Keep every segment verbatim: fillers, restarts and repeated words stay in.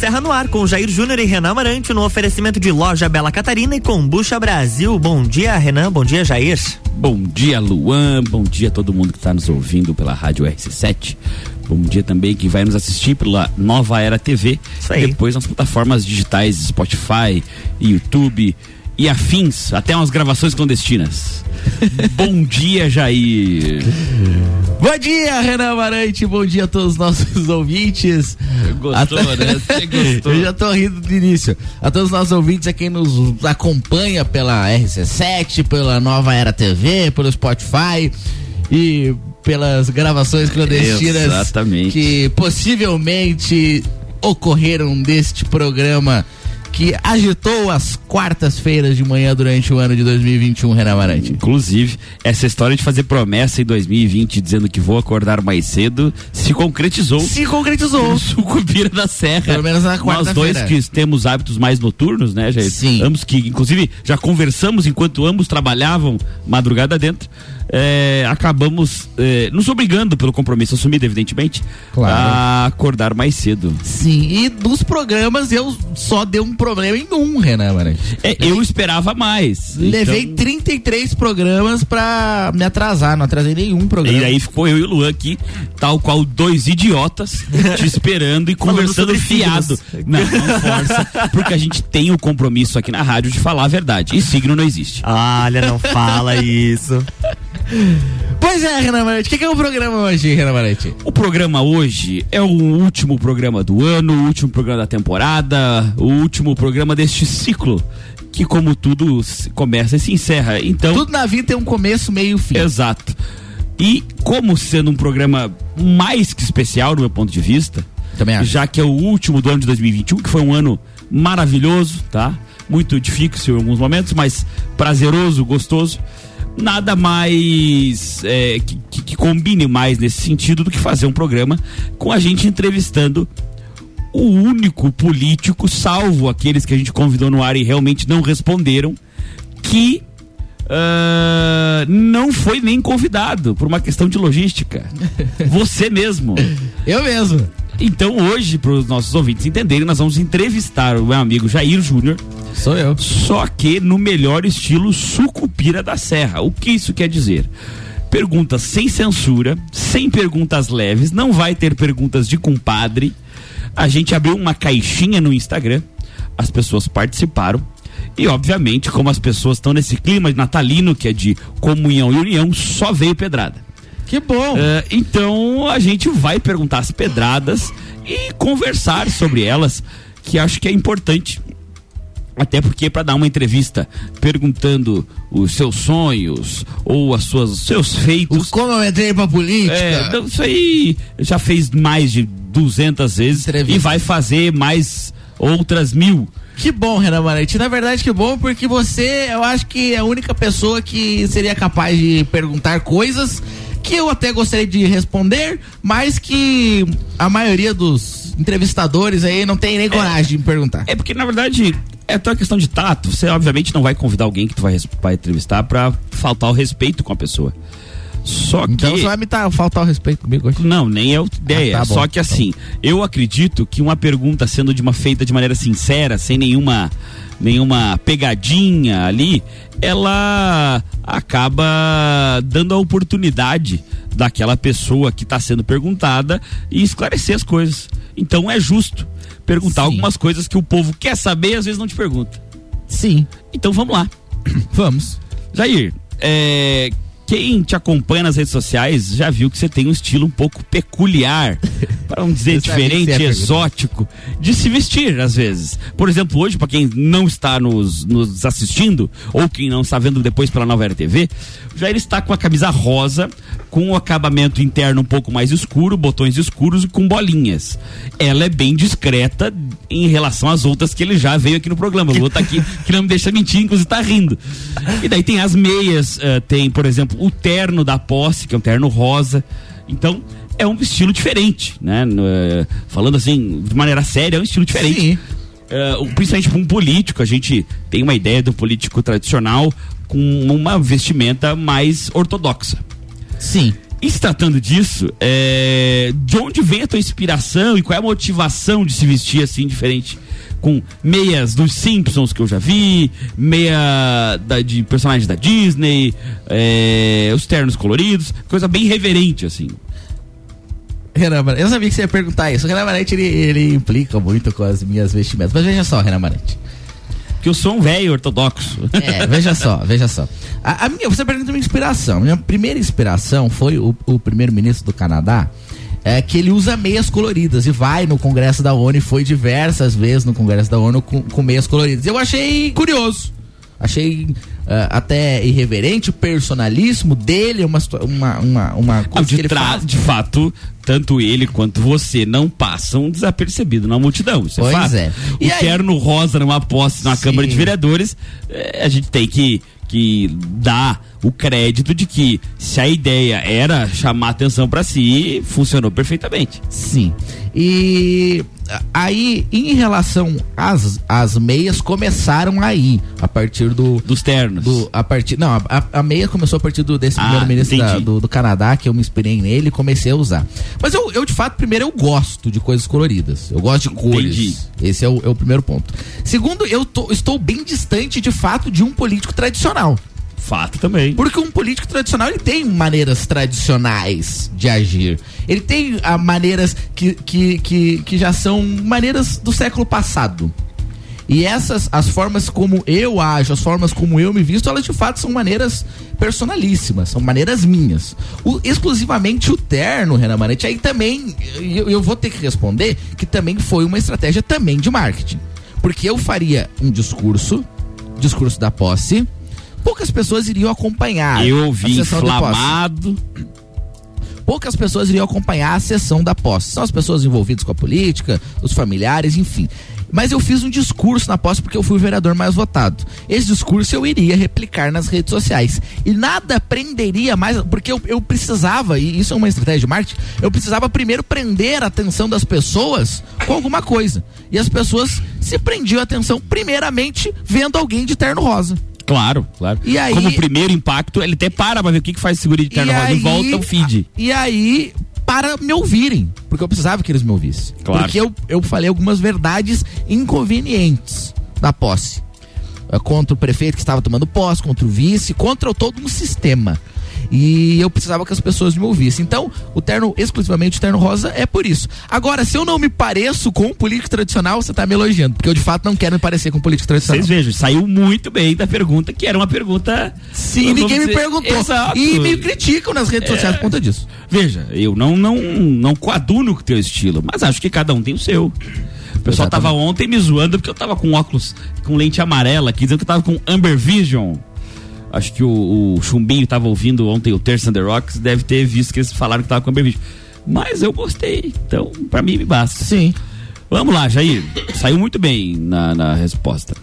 Serra no ar, com Jair Júnior e Renan Amarante, no oferecimento de Loja Bela Catarina e Kombucha Brasil. Bom dia, Renan. Bom dia, Jair. Bom dia, Luan. Bom dia a todo mundo que está nos ouvindo pela Rádio R C sete. Bom dia também quem vai nos assistir pela Nova Era T V. Isso aí. Depois nas plataformas digitais, Spotify, YouTube e afins, até umas gravações clandestinas. Bom dia, Jair. Bom dia, Renan Amarante. Bom dia a todos os nossos ouvintes. Gostou, a... né? Você gostou. Eu já tô rindo do início. A todos os nossos ouvintes, a quem nos acompanha pela R C sete, pela Nova Era T V, pelo Spotify e pelas gravações clandestinas. Exatamente. Que possivelmente ocorreram deste programa que agitou as quartas-feiras de manhã durante o ano de dois mil e vinte e um, Renan Amarante. Inclusive, essa história de fazer promessa em dois mil e vinte dizendo que vou acordar mais cedo se concretizou. Se concretizou. Sucupira da Serra. Pelo menos na quarta-feira. Nós dois que temos hábitos mais noturnos, né, Jair? Sim. Ambos que, inclusive, já conversamos enquanto ambos trabalhavam madrugada dentro. É, acabamos é, nos obrigando pelo compromisso assumido, evidentemente, claro, a acordar mais cedo. Sim, e dos programas eu só dei um problema em um, Renan Amarante. É, eu esperava mais. Levei então... trinta e três programas pra me atrasar, não atrasei nenhum programa. E aí ficou eu e o Luan aqui, tal qual dois idiotas, te esperando e conversando fiado. Não, não força, porque a gente tem o compromisso aqui na rádio de falar a verdade. E signo não existe. Olha, não fala isso. Pois é, Renan Amarante, o que, que é o programa hoje, Renan Amarante? O programa hoje é o último programa do ano, o último programa da temporada, o último programa deste ciclo, que como tudo começa e se encerra. Então, tudo na vida tem um começo, meio e fim. Exato. E como sendo um programa mais que especial, do meu ponto de vista, também acho, já que é o último do ano de dois mil e vinte e um, que foi um ano maravilhoso, tá? Muito difícil em alguns momentos, mas prazeroso, gostoso. Nada mais é, que, que, que combine mais nesse sentido do que fazer um programa com a gente entrevistando o único político, salvo aqueles que a gente convidou no ar e realmente não responderam, que uh, não foi nem convidado por uma questão de logística. Você mesmo. Eu mesmo. Então hoje, para os nossos ouvintes entenderem, nós vamos entrevistar o meu amigo Jair Júnior. Sou eu. Só que no melhor estilo Sucupira da Serra. O que isso quer dizer? Perguntas sem censura, sem perguntas leves, não vai ter perguntas de compadre. A gente abriu uma caixinha no Instagram, as pessoas participaram e obviamente, como as pessoas estão nesse clima natalino que é de comunhão e união, só veio pedrada. Que bom! Uh, então a gente vai perguntar as pedradas e conversar sobre elas, que acho que é importante. Até porque para dar uma entrevista perguntando os seus sonhos ou as suas, os seus feitos. O como eu entrei pra política. É, então isso aí já fez mais de duzentas vezes entrevista. E vai fazer mais outras mil. Que bom, Renan Amarante. Na verdade, que bom, porque você, eu acho que é a única pessoa que seria capaz de perguntar coisas que eu até gostaria de responder, mas que a maioria dos entrevistadores aí não tem nem coragem é, de me perguntar. É porque, na verdade, é toda questão de tato. Você, obviamente, não vai convidar alguém que tu vai, vai entrevistar pra faltar o respeito com a pessoa. Só então que... você vai me tá, faltar o respeito comigo hoje? Não, nem é a ideia. Ah, tá bom, Só que assim, tá eu acredito que uma pergunta sendo de uma feita de maneira sincera, sem nenhuma nenhuma pegadinha ali, ela acaba dando a oportunidade daquela pessoa que está sendo perguntada e esclarecer as coisas. Então é justo perguntar Sim. algumas coisas que o povo quer saber e às vezes não te pergunta. Sim. Então vamos lá. Vamos. Jair, é... quem te acompanha nas redes sociais já viu que você tem um estilo um pouco peculiar, para não dizer diferente, é exótico, de se vestir às vezes. Por exemplo, hoje, para quem não está nos, nos assistindo, ou quem não está vendo depois pela Nova Era T V, o Jair está com a camisa rosa, com o acabamento interno um pouco mais escuro, botões escuros e com bolinhas. Ela é bem discreta em relação às outras que ele já veio aqui no programa. O outro tá aqui que não me deixa mentir, inclusive tá rindo. E daí tem as meias, uh, tem, por exemplo, o terno da posse, que é um terno rosa. Então, é um estilo diferente, né? Uh, falando assim, de maneira séria, é um estilo diferente. Sim. Uh, principalmente para um político, a gente tem uma ideia do político tradicional com uma vestimenta mais ortodoxa. Sim. E se tratando disso, é, de onde vem a tua inspiração e qual é a motivação de se vestir assim diferente? Com meias dos Simpsons que eu já vi, meia da, de personagens da Disney, é, os ternos coloridos, coisa bem reverente assim. Renan Marante, eu sabia que você ia perguntar isso. O Renan Marante, ele, ele implica muito com as minhas vestimentas. Mas veja só, Renan Marante. Que eu sou um velho ortodoxo. É, veja só, veja só. A, a minha, você pergunta a minha inspiração. Minha primeira inspiração foi o, o primeiro-ministro do Canadá, é, que ele usa meias coloridas e vai no Congresso da ONU e foi diversas vezes no Congresso da ONU com, com meias coloridas. Eu achei curioso. Achei uh, até irreverente, o personalismo dele, uma, uma, uma, uma coisa de que ele tra- faz. De fato, tanto ele quanto você não passam desapercebido na multidão, isso Pois é fato. é. O E aí- terno rosa numa posse na Sim. Câmara de Vereadores, é, a gente tem que, que dar o crédito de que se a ideia era chamar atenção para si, funcionou perfeitamente. Sim. E aí, em relação às, às meias, começaram aí, a partir do... Dos ternos. Do, a partir, não, a, a meia começou a partir do, desse Ah, primeiro-ministro da- entendi. do, do Canadá, que eu me inspirei nele e comecei a usar. Mas eu, eu, de fato, primeiro eu gosto de coisas coloridas. Eu gosto de cores. Entendi. Esse é o, é o primeiro ponto. Segundo, eu tô- estou bem distante, de fato, de um político tradicional. Fato também. Porque um político tradicional, ele tem maneiras tradicionais de agir. Ele tem ah, maneiras que, que, que, que já são maneiras do século passado. E essas, as formas como eu ajo, as formas como eu me visto, elas de fato são maneiras personalíssimas, são maneiras minhas. O, exclusivamente o terno, Renan Marante, aí também, eu, eu vou ter que responder que também foi uma estratégia também de marketing. Porque eu faria um discurso, discurso da posse, poucas pessoas iriam acompanhar. Eu a ouvi sessão de posse. inflamado. Poucas pessoas iriam acompanhar a sessão da posse. São as pessoas envolvidas com a política, os familiares, enfim. Mas eu fiz um discurso na posse porque eu fui o vereador mais votado. Esse discurso eu iria replicar nas redes sociais. E nada prenderia mais, porque eu, eu precisava, e isso é uma estratégia de marketing, eu precisava primeiro prender a atenção das pessoas com alguma coisa. E as pessoas se prendiam a atenção primeiramente vendo alguém de terno rosa. Claro, claro. E aí- Como primeiro impacto, ele até para pra ver o que, que faz esse guri de terno rosa e volta o feed. E aí, para me ouvirem, porque eu precisava que eles me ouvissem. Claro. Porque eu, eu falei algumas verdades inconvenientes da posse. Uh, contra o prefeito que estava tomando posse, contra o vice, contra todo um sistema. E eu precisava que as pessoas me ouvissem. Então, o terno, exclusivamente o terno rosa, é por isso. Agora, se eu não me pareço com um político tradicional, você tá me elogiando, porque eu de fato não quero me parecer com um político tradicional. Vocês vejam, saiu muito bem da pergunta, que era uma pergunta... Sim, vamos ninguém me dizer, perguntou. Exato. E me criticam nas redes sociais por conta disso. Veja, eu não, não, não coaduno com o teu estilo, mas acho que cada um tem o seu. O pessoal Exatamente. tava ontem me zoando porque eu tava com óculos com lente amarela, aqui dizendo que eu tava com Amber Vision. Acho que o, o Chumbinho tava ouvindo ontem o Terça Under Rocks, deve ter visto que eles falaram que tava com Amber Vision. Mas eu gostei, então pra mim me basta. Sim. Vamos lá, Jair. Saiu muito bem na, na resposta.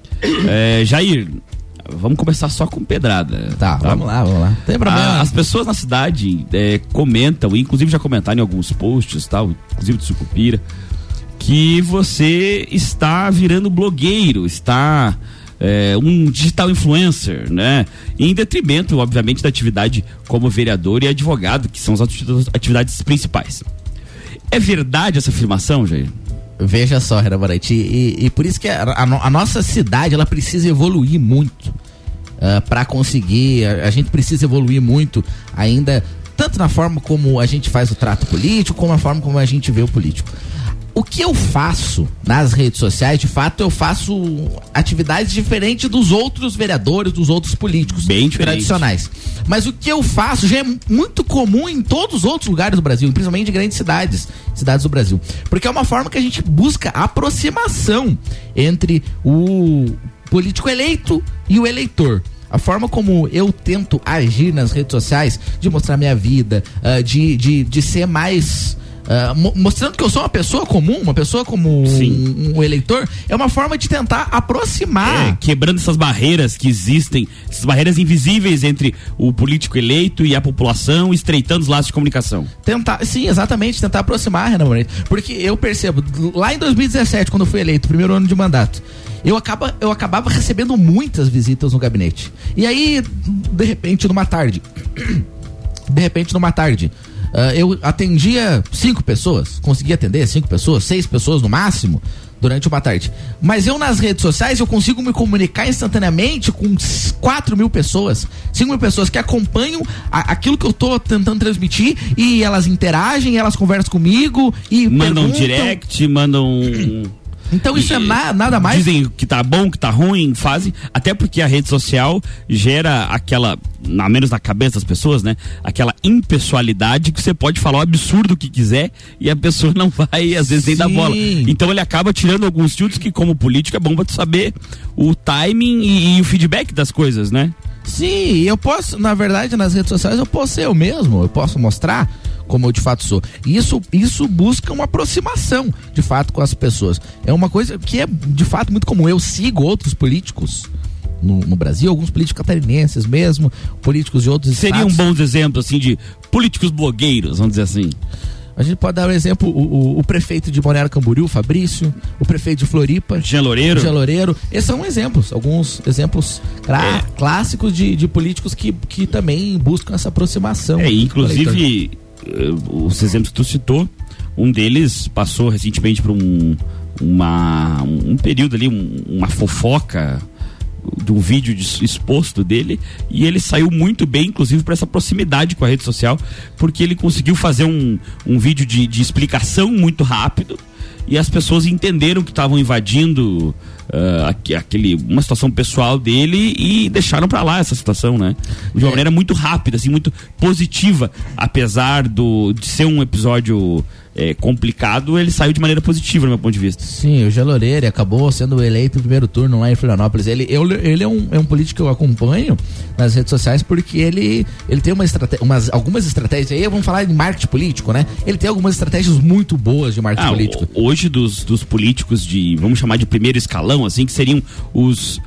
É, Jair, vamos começar só com pedrada. Tá, vamos lá, vamos lá. Não tem problema. Ah, as pessoas na cidade é, comentam, inclusive já comentaram em alguns posts, tal, inclusive do Sucupira, que você está virando blogueiro, está é, um digital influencer, né? Em detrimento, obviamente, da atividade como vereador e advogado, que são as atividades principais. É verdade essa afirmação, Jair? Veja só, Renan Marante, e, e, e por isso que a, a, a nossa cidade, ela precisa evoluir muito uh, para conseguir, a, a gente precisa evoluir muito ainda, tanto na forma como a gente faz o trato político, como na forma como a gente vê o político. O que eu faço nas redes sociais, de fato, eu faço atividades diferentes dos outros vereadores, dos outros políticos Bem diferente. tradicionais. Mas o que eu faço já é muito comum em todos os outros lugares do Brasil, principalmente em grandes cidades, cidades do Brasil. Porque é uma forma que a gente busca aproximação entre o político eleito e o eleitor. A forma como eu tento agir nas redes sociais, de mostrar minha vida, uh, de, de, de ser mais... Uh, mo- mostrando que eu sou uma pessoa comum, uma pessoa como um, um eleitor, é uma forma de tentar aproximar. É, quebrando essas barreiras que existem, essas barreiras invisíveis entre o político eleito e a população, estreitando os laços de comunicação. Tentar, sim, exatamente, tentar aproximar, Renan Moreira. Porque eu percebo, lá em dois mil e dezessete, quando eu fui eleito, primeiro ano de mandato, eu, acaba, eu acabava recebendo muitas visitas no gabinete. E aí, de repente, numa tarde, de repente numa tarde, uh, eu atendia cinco pessoas, conseguia atender cinco pessoas, seis pessoas no máximo, durante uma tarde. Mas eu nas redes sociais eu consigo me comunicar instantaneamente com quatro mil pessoas, cinco mil pessoas que acompanham a, aquilo que eu tô tentando transmitir e elas interagem, elas conversam comigo e mandam perguntam. direct, mandam... Então isso e, é na, nada mais... Dizem que tá bom, que tá ruim, fazem, até porque a rede social gera aquela, na menos na cabeça das pessoas, né? Aquela impessoalidade que você pode falar o absurdo que quiser e a pessoa não vai, às vezes, nem dar bola. Então ele acaba tirando alguns tilts que, como político, é bom pra tu saber o timing e, e o feedback das coisas, né? Sim, eu posso, na verdade, nas redes sociais eu posso ser eu mesmo, eu posso mostrar como eu de fato sou. Isso, isso busca uma aproximação, de fato, com as pessoas. É uma coisa que é, de fato, muito comum. Eu sigo outros políticos no, no Brasil, alguns políticos catarinenses mesmo, políticos de outros Seriam estados. bons exemplos, assim, de políticos blogueiros, vamos dizer assim. A gente pode dar um exemplo, o, o, o prefeito de Balneário Camboriú, Fabrício, o prefeito de Floripa, Jean Loureiro. Jean Loureiro. Esses são exemplos, alguns exemplos clá- É. clássicos de, de políticos que, que também buscam essa aproximação. É, inclusive, os exemplos que tu citou, um deles passou recentemente por um, uma, um período ali, um, uma fofoca de um vídeo de, exposto dele, e ele saiu muito bem, inclusive, para essa proximidade com a rede social, porque ele conseguiu fazer um, um vídeo de, de explicação muito rápido, e as pessoas entenderam que estavam invadindo uh, aqu- aquele, uma situação pessoal dele e deixaram pra lá essa situação, né? De uma É. maneira muito rápida, assim, muito positiva, apesar do, de ser um episódio é, complicado, ele saiu de maneira positiva, no meu ponto de vista. Sim, o Jean Loureiro acabou sendo eleito no primeiro turno lá em Florianópolis. Ele, eu, ele é, um, é um político que eu acompanho nas redes sociais porque ele, ele tem uma estratégia, umas, algumas estratégias, aí vamos falar de marketing político, né? Ele tem algumas estratégias muito boas de marketing Ah, político. Hoje dos, dos políticos de, vamos chamar de primeiro escalão, assim, que seriam os,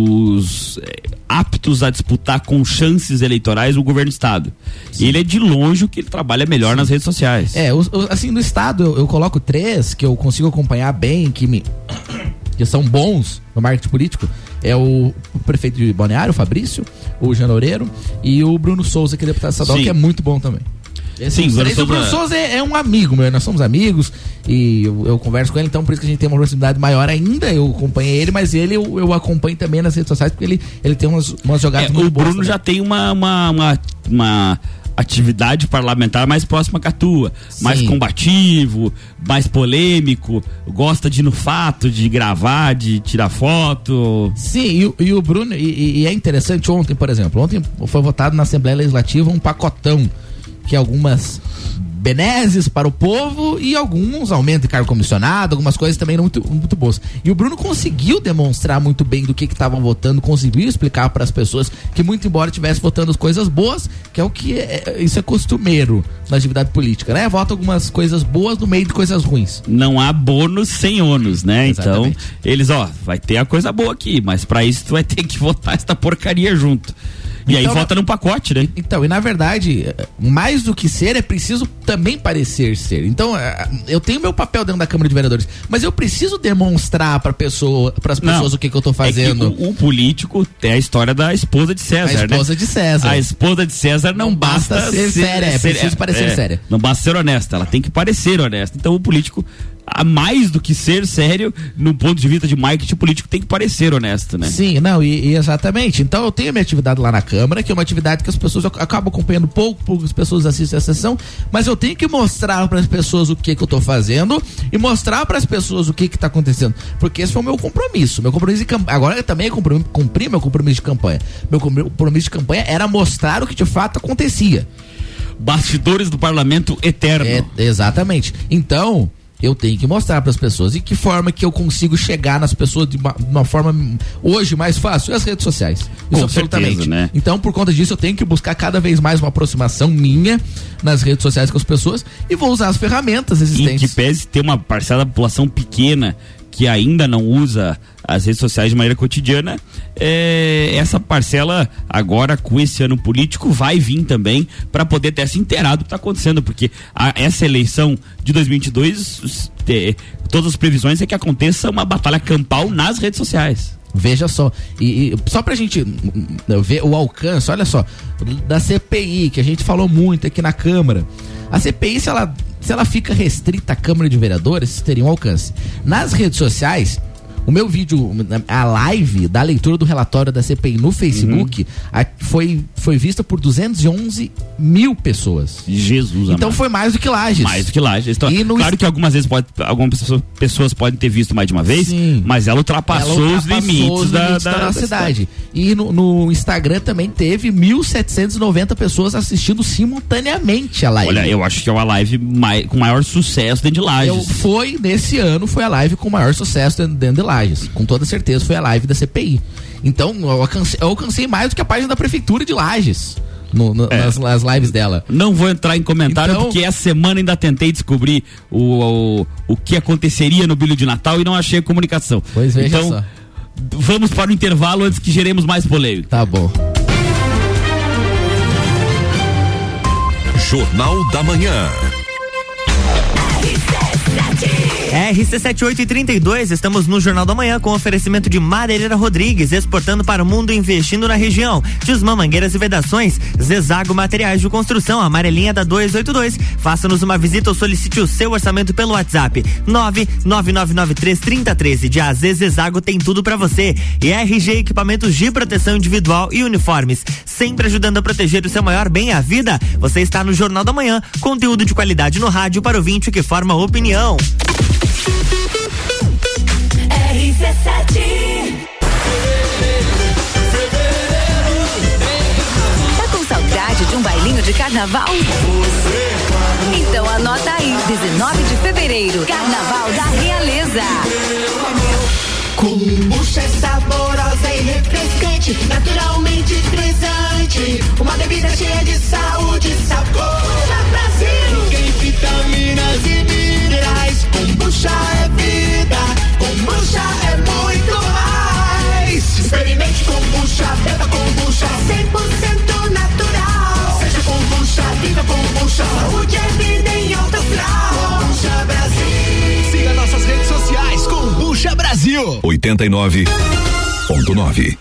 os é, aptos a disputar com chances eleitorais o governo do estado. E ele é de longe o que ele trabalha melhor nas redes sociais. É, o, o, assim, no estado eu, eu coloco três que eu consigo acompanhar bem, que me que são bons no marketing político. É o, o prefeito de Balneário, o Fabrício, o Jean Loureiro e o Bruno Souza, que é deputado estadual, Sim. que é muito bom também. Sim, Sim, Bruno o Souza- Bruno Souza é, é um amigo meu, nós somos amigos e eu, eu converso com ele, então por isso que a gente tem uma proximidade maior ainda. Eu acompanhei ele, mas ele eu, eu acompanho também nas redes sociais porque ele, ele tem umas, umas jogadas É, muito o boas Bruno também. já tem uma, uma, uma, uma atividade parlamentar mais próxima com a tua, mais Sim. combativo, mais polêmico, gosta de ir no fato, de gravar, de tirar foto. Sim, e, o- e o Bruno, e, e é interessante, ontem, por exemplo, ontem foi votado na Assembleia Legislativa um pacotão que algumas benesses para o povo e alguns aumentos de cargo comissionado, algumas coisas também muito, muito boas. E o Bruno conseguiu demonstrar muito bem do que estavam votando, conseguiu explicar para as pessoas que, muito embora estivesse votando as coisas boas, que é o que é, isso é costumeiro na atividade política, né? Vota algumas coisas boas no meio de coisas ruins. Não há bônus sem ônus, né? Exatamente. Então, eles, ó, vai ter a coisa boa aqui, mas pra isso tu vai ter que votar essa porcaria junto. E Então, aí vota num pacote, né? Então, e na verdade, mais do que ser, é preciso também parecer ser. Então, eh, eu tenho meu papel dentro da Câmara de Vereadores, mas eu preciso demonstrar para pessoa, para as pessoas Não, o que, que eu tô É que fazendo. o, o político tem a história da esposa de A César, esposa né? de César. A esposa de César não, Não basta ser séria, é preciso parecer séria. Não basta ser honesta, ela tem que parecer honesta. Então o político, a mais do que ser sério, no ponto de vista de marketing, o político tem que parecer honesto, né? Sim, não, e, e exatamente. Então eu tenho a minha atividade lá na Câmara, que é uma atividade que as pessoas ac- acabam acompanhando pouco, poucas pessoas assistem a sessão, mas eu tenho que mostrar para as pessoas o que que eu tô fazendo e mostrar para as pessoas o que que tá acontecendo, porque esse foi o meu compromisso, meu compromisso de campanha. Agora eu também cumpri, cumpri meu compromisso de campanha. Meu compromisso de campanha era mostrar o que de fato acontecia. Bastidores do parlamento eterno. É, exatamente. Então, eu tenho que mostrar para as pessoas e que forma que eu consigo chegar nas pessoas de uma, de uma forma hoje mais fácil, as redes sociais. Isso Com absolutamente. certeza, né? Então, por conta disso, eu tenho que buscar cada vez mais uma aproximação minha nas redes sociais com as pessoas e vou usar as ferramentas Em existentes. que pese ter uma parcela da população pequena que ainda não usa as redes sociais de maneira cotidiana, é, essa parcela agora com esse ano político vai vir também para poder ter se inteirado do que está acontecendo, porque a, essa eleição de dois mil e vinte e dois, te, todas as previsões é que aconteça uma batalha campal nas redes sociais. Veja só, e, e só pra gente ver o alcance, olha só, da C P I, que a gente falou muito aqui na Câmara. A C P I, se ela, se ela fica restrita à Câmara de Vereadores, teria um alcance. Nas redes sociais, o meu vídeo, a live da leitura do relatório da C P I no Facebook, uhum. a, foi, foi vista por duzentos e onze mil pessoas. Jesus Então amado. Foi mais do que Lages. Mais do que Lages. Então, e no claro que algumas vezes pode, algumas pessoas, pessoas podem ter visto mais de uma vez, sim, mas ela ultrapassou, ela ultrapassou os limites, os limites da, da, da nossa cidade. cidade. E no, no Instagram também teve mil setecentas e noventa pessoas assistindo simultaneamente a live. Olha, eu acho que é uma live mai, com maior sucesso dentro de Lages. Eu, foi, nesse ano, foi a live com maior sucesso dentro, dentro de Lages. Com toda certeza foi a live da C P I. Então eu alcancei, eu alcancei mais do que a página da Prefeitura de Lages no, no, é. nas, nas lives dela. Não vou entrar em comentário, então, porque essa semana ainda tentei descobrir o, o, o que aconteceria no Bíblio de Natal e não achei a comunicação. Pois veja então, só. Vamos para o intervalo antes que geremos mais polêmica. Tá bom. Jornal da Manhã. R C sete oito e trinta e dois, estamos no Jornal da Manhã com oferecimento de Madeireira Rodrigues, exportando para o mundo, investindo na região. Tismã Mangueiras e Vedações, Zezago Materiais de Construção, amarelinha da duzentos e oitenta e dois. Faça-nos uma visita ou solicite o seu orçamento pelo WhatsApp nove nove nove nove três três zero um três. De A Z Zezago tem tudo para você. E R G Equipamentos de Proteção Individual e Uniformes, sempre ajudando a proteger o seu maior bem, a vida. Você está no Jornal da Manhã, conteúdo de qualidade no rádio para ouvinte que forma opinião. R C sete. Tá com saudade de um bailinho de carnaval? Então anota aí, dezenove de fevereiro, Carnaval da Realeza. Kombucha é saborosa e refrescante, naturalmente frisante. Uma bebida cheia de saúde e sabor. Brasil! Tem vitaminas e minerais. Kombucha é vida. Kombucha é muito mais. Experimente kombucha, beba kombucha. cem por cento natural. Seja kombucha, viva kombucha. Saúde é vida em alto grau. Kombucha Brasil. Siga nossas redes sociais. Kombucha Brasil. oitenta e nove ponto nove.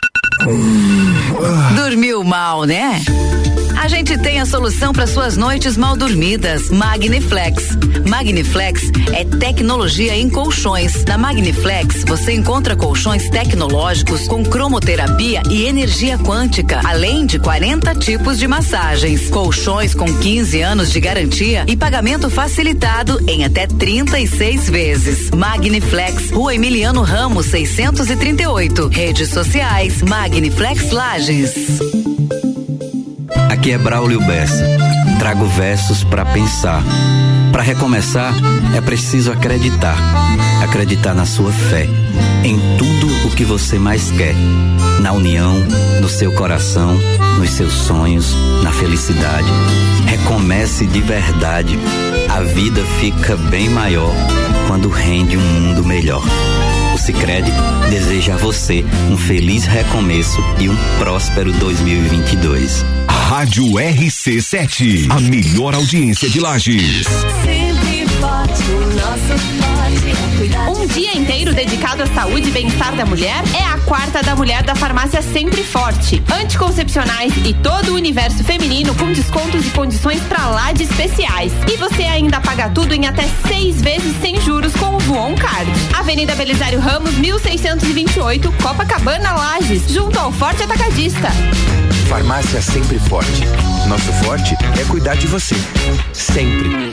Dormiu mal, né? A gente tem a solução para suas noites mal dormidas. Magniflex. Magniflex é tecnologia em colchões. Na Magniflex você encontra colchões tecnológicos com cromoterapia e energia quântica, além de quarenta tipos de massagens. Colchões com quinze anos de garantia e pagamento facilitado em até trinta e seis vezes. Magniflex, Rua Emiliano Ramos seiscentos e trinta e oito. Redes sociais Magniflex Lages. Aqui é Braulio Bessa. Trago versos para pensar. Para recomeçar, é preciso acreditar. Acreditar na sua fé, em tudo o que você mais quer. Na união, no seu coração, nos seus sonhos, na felicidade. Recomece de verdade. A vida fica bem maior quando rende um mundo melhor. O Sicredi deseja a você um feliz recomeço e um próspero dois mil e vinte e dois. Rádio R C sete, a melhor audiência de Lages. Sempre forte, o nosso forte é cuidar. Um dia inteiro dedicado à saúde e bem-estar da mulher é a Quarta da Mulher da Farmácia Sempre Forte. Anticoncepcionais e todo o universo feminino com descontos e condições pra lá de especiais. E você ainda paga tudo em até seis vezes sem juros com o Voon Card. Avenida Belisário Ramos, mil seiscentos e vinte e oito, Copacabana, Lages, junto ao Forte Atacadista. Farmácia Sempre Forte. Nosso forte é cuidar de você. Sempre.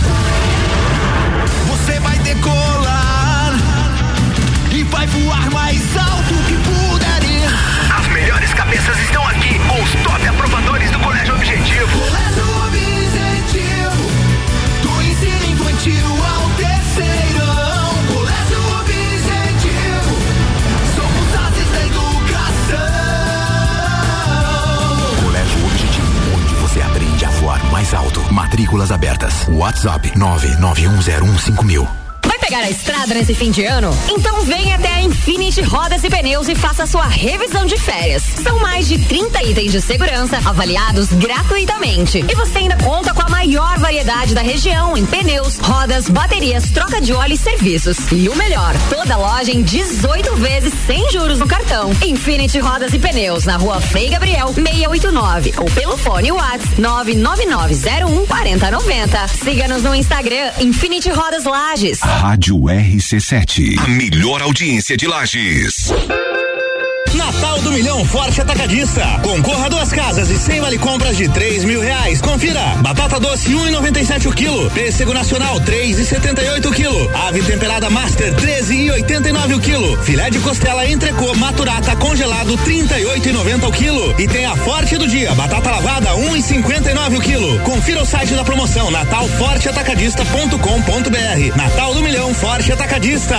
Você vai decolar e vai voar mais alto que puder ir. As melhores cabeças estão aqui com os top aprovadores do Colégio Objetivo. Colégio Objetivo, do ensino infantil ao terceirão. Colégio Objetivo, somos ases da educação. Colégio Objetivo, onde você aprende a voar mais alto. Matrículas abertas. WhatsApp nove nove um zero um cinco mil. pegar a estrada nesse fim de ano? Então vem até a Infinity Rodas e Pneus e faça sua revisão de férias. São mais de trinta itens de segurança avaliados gratuitamente. E você ainda conta com a maior variedade da região em pneus, rodas, baterias, troca de óleo e serviços. E o melhor, toda loja em dezoito vezes sem juros no cartão. Infinity Rodas e Pneus, na rua Frei Gabriel, seiscentos e oitenta e nove. Ou pelo fone WhatsApp nove nove nove zero um quatro zero nove zero. Siga-nos no Instagram, Infinity Rodas Lages. Rádio R C sete, a melhor audiência de Lages. Natal do Milhão Forte Atacadista. Concorra a duas casas e cem vale compras de três mil reais. Confira. Batata doce um e noventa e sete o quilo. Pêssego nacional três e setenta e oito o quilo. Ave temperada Master treze e oitenta e nove o quilo. Filé de costela entrecô maturata congelado trinta e oito e noventa o quilo. E tem a Forte do dia. Batata lavada um e cinquenta e nove o quilo. Confira o site da promoção natal forte atacadista ponto com ponto br. Natal do Milhão Forte Atacadista.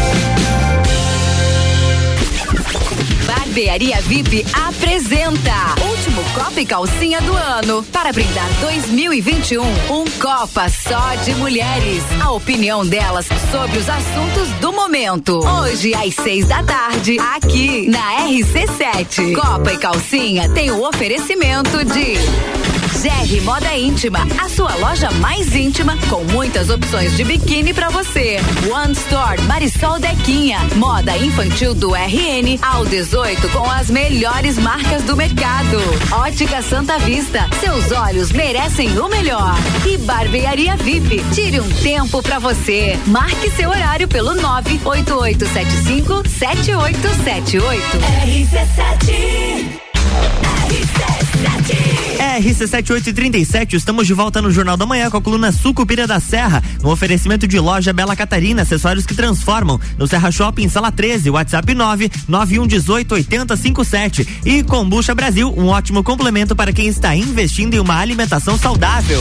Barbearia V I P apresenta último Copa e Calcinha do ano. Para brindar dois mil e vinte e um, um Copa só de mulheres. A opinião delas sobre os assuntos do momento. Hoje às seis da tarde, aqui na R C sete. Copa e Calcinha tem o oferecimento de G R Moda Íntima, a sua loja mais íntima com muitas opções de biquíni pra você. One Store Marisol Dequinha, moda infantil do R N ao dezoito com as melhores marcas do mercado. Ótica Santa Vista, seus olhos merecem o melhor. E Barbearia V I P, tire um tempo pra você. Marque seu horário pelo nove oito oito sete cinco sete oito sete oito. R C sete. R C sete oito e trinta e sete, estamos de volta no Jornal da Manhã com a coluna Sucupira da Serra, no oferecimento de loja Bela Catarina, acessórios que transformam, no Serra Shopping, sala treze, WhatsApp nove nove um um oito oito zero cinco sete. E Kombucha Brasil, um ótimo complemento para quem está investindo em uma alimentação saudável.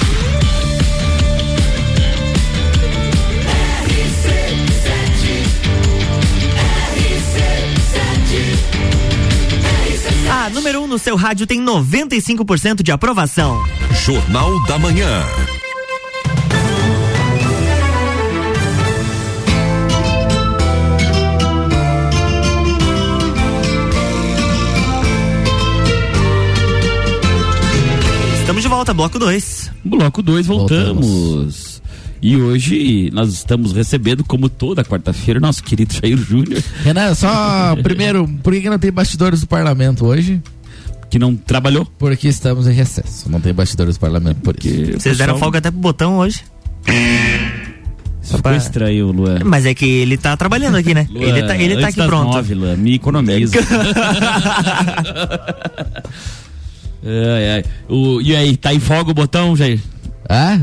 A número um no seu rádio tem noventa e cinco por cento de aprovação. Jornal da Manhã. Estamos de volta, bloco dois. Bloco dois, voltamos. voltamos. E hoje nós estamos recebendo, como toda quarta-feira, nosso querido Jair Júnior. Renan, só primeiro, por que não tem bastidores do parlamento hoje? Que não trabalhou? Porque estamos em recesso, não tem bastidores do parlamento por isso. Vocês pessoal... deram folga até pro botão hoje? Só ficou estranho, Luan. Mas é que ele tá trabalhando aqui, né? Luan, ele tá, ele tá aqui pronto. Nove, Luan, me economiza. ai, ai. O, e aí, tá em folga o botão, Jair? Ah?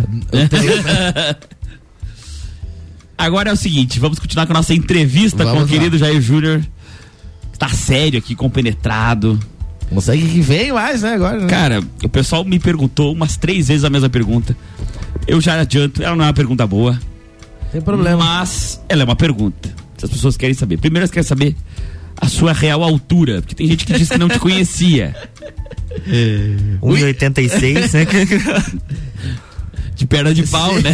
Agora é o seguinte, vamos continuar com a nossa entrevista vamos com o lá. querido Jair Júnior. Tá sério aqui, compenetrado. Não sei o que vem mais, né, agora, né? Cara, o pessoal me perguntou umas três vezes a mesma pergunta. Eu já adianto, ela não é uma pergunta boa. Tem problema. Mas ela é uma pergunta. Se as pessoas querem saber. Primeiro elas querem saber a sua real altura, porque tem gente que diz que não te conhecia. um e oitenta e seis, né? De perna de pau, né?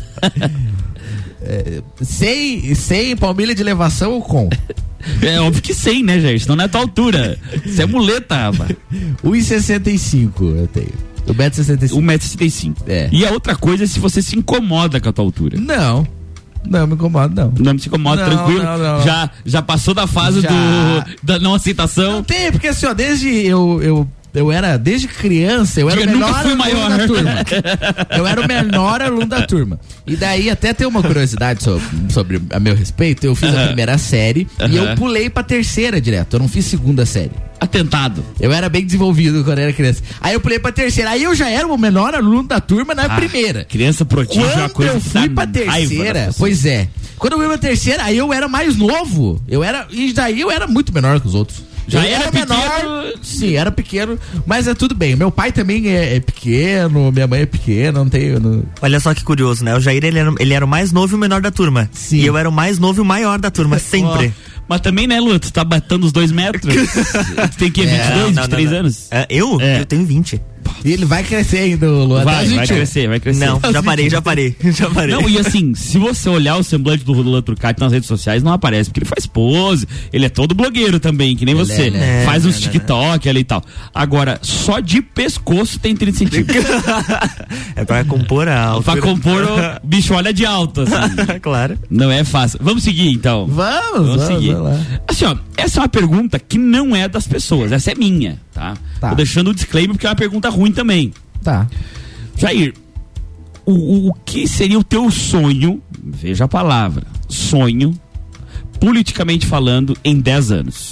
É, sem, sem palmilha de elevação ou com? É óbvio que sem, né, gente? Não é a tua altura. Isso é muleta, rapaz. um e sessenta e cinco eu tenho. um metro e sessenta e cinco. um metro e sessenta e cinco. É. E a outra coisa é se você se incomoda com a tua altura. Não. Não me incomoda, não. Não me incomoda, não, tranquilo. Não, não. Já, já passou da fase já. Do, da não aceitação? Não tem, porque assim, ó, desde eu. eu Eu era, desde criança, eu era eu o menor aluno maior. da turma. Eu era o menor aluno da turma. E daí, até tem uma curiosidade sobre, sobre a meu respeito, eu fiz uh-huh. a primeira série uh-huh. e eu pulei pra terceira direto, eu não fiz segunda série. Atentado. Eu era bem desenvolvido quando eu era criança. Aí eu pulei pra terceira, aí eu já era o menor aluno da turma na ah, primeira. Criança prodígio é uma coisa. Quando eu fui pra terceira, pois é, quando eu fui pra terceira, aí eu era mais novo. Eu era, e daí eu era muito menor que os outros. Já eu era, era pequeno. menor, sim, era pequeno, mas é tudo bem. Meu pai também é, é pequeno, minha mãe é pequena, não tenho. Não... Olha só que curioso, né? O Jair, ele era, ele era o mais novo e o menor da turma. Sim. E eu era o mais novo e o maior da turma, sempre. Oh, mas também, né, Lu? Tu tá batendo os dois metros. Tu tem que é, vinte e dois, vinte e três anos? É, eu? É. Eu tenho vinte. E ele vai crescer ainda, Luan. Vai, vai crescer, vai crescer. Não, já parei, já parei, já parei. Não, e assim, se você olhar o semblante do Luan Turcati nas redes sociais, não aparece, porque ele faz pose, ele é todo blogueiro também, que nem ele você. É, faz uns é, TikTok é. ali e tal. Agora, só de pescoço tem trinta centímetros. É pra compor a altura. Pra compor o bicho olha de alto, assim. Claro. Não é fácil. Vamos seguir, então. Vamos, vamos, vamos seguir. Vamos lá. Assim, ó, essa é uma pergunta que não é das pessoas, essa é minha, tá? Tá. Tô deixando o disclaimer porque é uma pergunta ruim também. Tá. Jair, o, o, o que seria o teu sonho, veja a palavra, sonho, politicamente falando, em dez anos?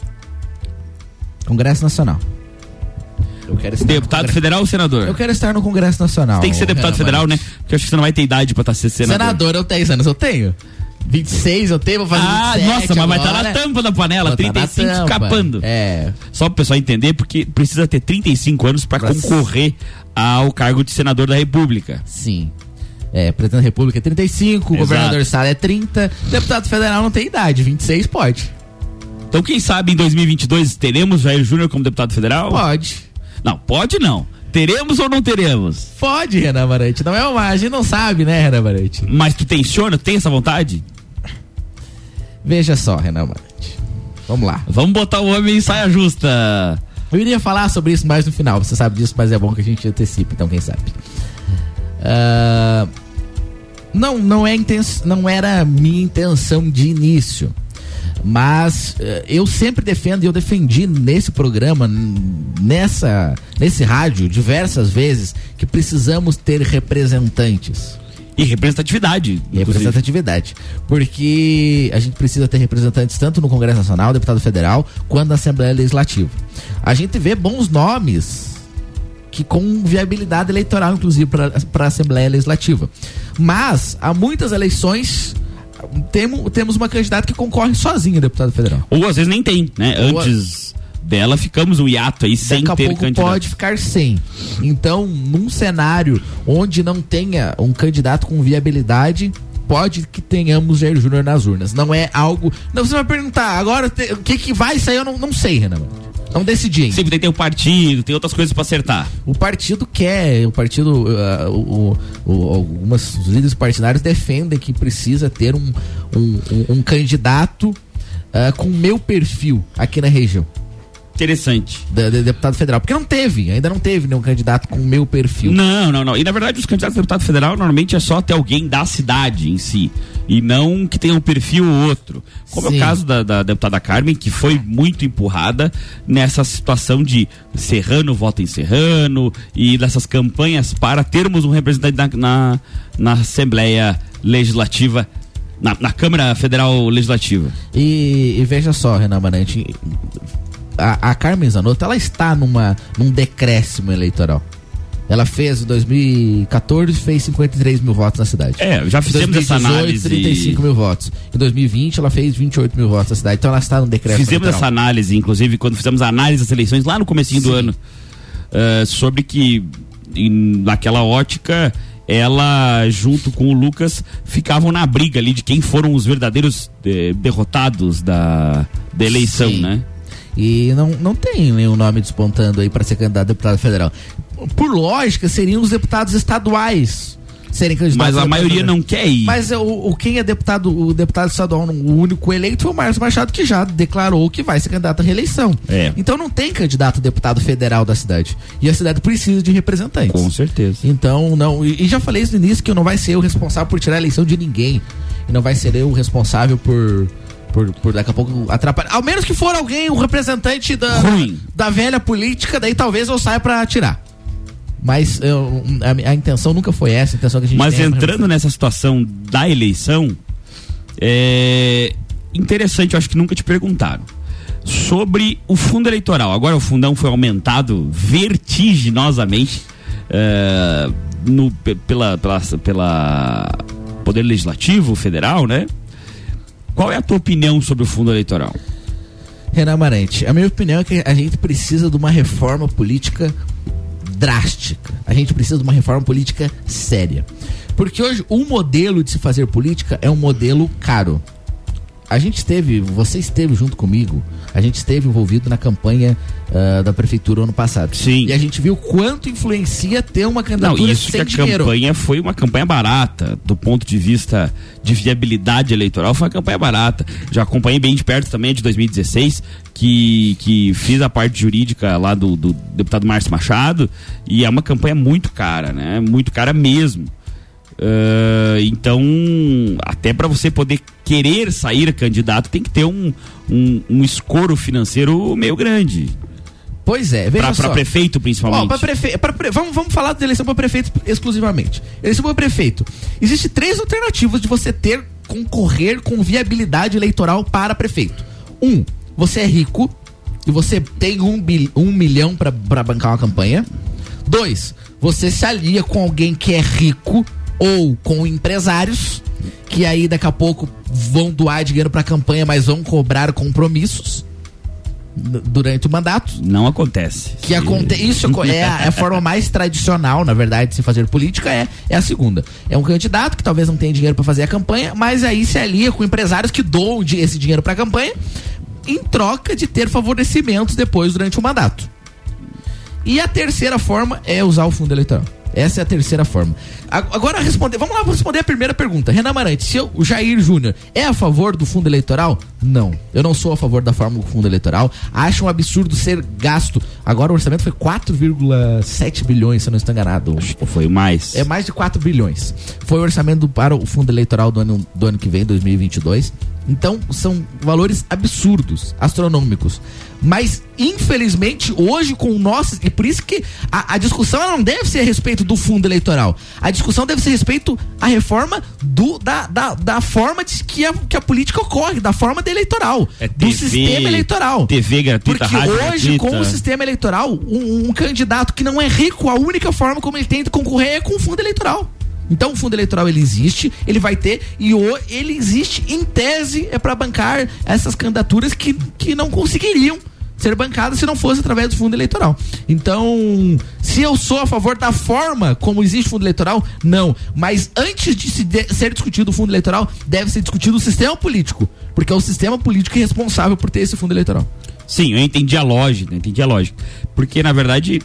Congresso Nacional. Eu quero estar deputado federal ou senador? Eu quero estar no Congresso Nacional. Você tem que ser deputado federal, né? Porque eu acho que você não vai ter idade pra estar ser senador. Senador, eu tenho anos, eu tenho. vinte e seis eu tenho, vou fazer ah, vinte e sete nossa, mas agora. vai estar na tampa da panela, trinta e cinco escapando. É. Só pro pessoal entender, porque precisa ter trinta e cinco anos pra concorrer ao cargo de senador da República. Sim. É, presidente da República é trinta e cinco, Exato. Governador Sala é trinta, deputado federal não tem idade, vinte e seis pode. Então quem sabe em dois mil e vinte e dois teremos Jair Júnior como deputado federal? Pode. Não, pode não. Teremos ou não teremos? Pode, Renan Amarante. Não é uma, a gente não sabe, né, Renan Amarante? Mas tu tenciona, tem essa vontade? Veja só, Renan Amarante. Vamos lá. Vamos botar o homem em saia justa. Eu iria falar sobre isso mais no final, você sabe disso, mas é bom que a gente antecipe, então quem sabe. Uh, não, não, é inten- não era minha intenção de início. Mas uh, eu sempre defendo e eu defendi nesse programa, nessa, nesse rádio, diversas vezes, que precisamos ter representantes. E representatividade. E representatividade. Porque a gente precisa ter representantes tanto no Congresso Nacional, deputado federal, quanto na Assembleia Legislativa. A gente vê bons nomes que com viabilidade eleitoral, inclusive, para a Assembleia Legislativa. Mas há muitas eleições temos, temos uma candidata que concorre sozinha, deputado federal. Ou às vezes nem tem, né? Ou Antes a... dela ficamos um hiato aí sem Daqui ter a pouco candidato. Pode ficar sem. Então, num cenário onde não tenha um candidato com viabilidade, pode que tenhamos Jair Júnior nas urnas. Não é algo... Não, você vai perguntar, agora te... o que que vai sair, eu não, não sei, Renan. Não decidi ainda. Sempre tem, tem o partido, tem outras coisas pra acertar. O partido quer, o partido, uh, o, o, algumas os líderes partidários defendem que precisa ter um, um, um, um candidato uh, com meu perfil aqui na região. Interessante. De, de deputado federal. Porque não teve, ainda não teve nenhum candidato com meu perfil. Não, não, não. E na verdade os candidatos a deputado federal normalmente é só ter alguém da cidade em si. E não que tenha um perfil ou outro. Como Sim. é o caso da, da deputada Carmen, que foi muito empurrada nessa situação de serrano vota em serrano e dessas campanhas para termos um representante na, na, na Assembleia Legislativa, na, na Câmara Federal Legislativa. E, e veja só, Renan Amarante, a, a Carmen Zanotto, ela está numa, num decréscimo eleitoral. Ela fez em dois mil e quatorze, fez cinquenta e três mil votos na cidade. É, já fizemos dois mil e dezoito, essa análise. trinta e cinco mil votos. Em dois mil e vinte, ela fez vinte e oito mil votos na cidade. Então ela está no decréscimo Fizemos eleitoral. essa análise, inclusive, quando fizemos a análise das eleições lá no comecinho Sim. do ano, uh, sobre que em, naquela ótica ela, junto com o Lucas, ficavam na briga ali de quem foram os verdadeiros eh, derrotados da, da eleição, Sim. né? E não, não tem nenhum nome despontando aí para ser candidato a deputado federal. Por lógica, seriam os deputados estaduais serem candidatos. Mas a maioria não quer ir. Mas o, o quem é deputado, o deputado estadual, o único eleito foi o Márcio Machado, que já declarou que vai ser candidato à reeleição. É. Então não tem candidato a deputado federal da cidade. E a cidade precisa de representantes. Com certeza. Então, não. E, e já falei isso no início, que não vai ser eu responsável por tirar a eleição de ninguém. E não vai ser eu responsável por. Por, por daqui a pouco atrapalhar. Ao menos que for alguém, um representante da, da velha política, daí talvez eu saia pra tirar. Mas eu, a, a intenção nunca foi essa, a intenção que a gente Mas tem entrando nessa situação da eleição, é interessante, eu acho que nunca te perguntaram sobre o fundo eleitoral. Agora o fundão foi aumentado vertiginosamente é, no, pela, pela, pela Poder Legislativo Federal, né? Qual é a tua opinião sobre o fundo eleitoral? Renan Amarante, a minha opinião é que a gente precisa de uma reforma política drástica. A gente precisa de uma reforma política séria. Porque hoje o modelo de se fazer política é um modelo caro. a gente esteve, você esteve junto comigo, a gente esteve envolvido na campanha uh, da prefeitura ano passado. Sim. E a gente viu quanto influencia ter uma candidatura Não, isso sem que a dinheiro. campanha foi uma campanha barata, do ponto de vista de viabilidade eleitoral, foi uma campanha barata. Já acompanhei bem de perto também a de dois mil e dezesseis, que, que fiz a parte jurídica lá do, do deputado Márcio Machado, e é uma campanha muito cara, né? Muito cara mesmo. Uh, então, até para você poder querer sair candidato, tem que ter um, um, um escoro financeiro meio grande. Pois é, veja pra, só. Pra prefeito, principalmente. Ó, pra prefe... pra pre... vamos, vamos falar da eleição para prefeito exclusivamente. Eleição para prefeito. Existem três alternativas de você ter, concorrer com viabilidade eleitoral para prefeito. Um, você é rico e você tem um, bil... um milhão para bancar uma campanha. Dois, você se alia com alguém que é rico ou com empresários, que aí daqui a pouco vão doar dinheiro pra campanha, mas vão cobrar compromissos n- durante o mandato. Não acontece. Que aconte- isso é a, é a forma mais tradicional, na verdade, de se fazer política, é, é a segunda. É um candidato que talvez não tenha dinheiro pra fazer a campanha, mas aí se alia com empresários que doam de- esse dinheiro pra campanha em troca de ter favorecimentos depois durante o mandato. E a terceira forma é usar o fundo eleitoral. Essa é a terceira forma. Agora, responder, vamos lá responder a primeira pergunta. Renan Amarante, se eu, o Jair Júnior é a favor do fundo eleitoral? Não. Eu não sou a favor da forma do fundo eleitoral. Acho um absurdo ser gasto. Agora o orçamento foi quatro vírgula sete bilhões, se eu não estou enganado. Acho que foi mais. É mais de quatro bilhões. Foi o orçamento para o fundo eleitoral do ano, do ano que vem, dois mil e vinte e dois. Então, são valores absurdos, astronômicos. Mas, infelizmente, hoje com o nosso... E por isso que a, a discussão ela não deve ser a respeito do fundo eleitoral. A discussão deve ser a respeito à reforma do, da, da, da forma de que a, que a política ocorre, da forma da eleitoral. É do T V, sistema eleitoral. T V gratuita, Porque rádio hoje, gratuita. com o sistema eleitoral, um, um candidato que não é rico, a única forma como ele tem de concorrer é com o fundo eleitoral. Então o fundo eleitoral ele existe, ele vai ter e o, ele existe em tese é para bancar essas candidaturas que, que não conseguiriam ser bancadas se não fosse através do fundo eleitoral. Então, se eu sou a favor da forma como existe o fundo eleitoral, não. Mas antes de, se de ser discutido o fundo eleitoral, deve ser discutido o sistema político, porque é o sistema político responsável por ter esse fundo eleitoral. Sim, eu entendi a lógica, eu entendi a lógica. Porque, na verdade,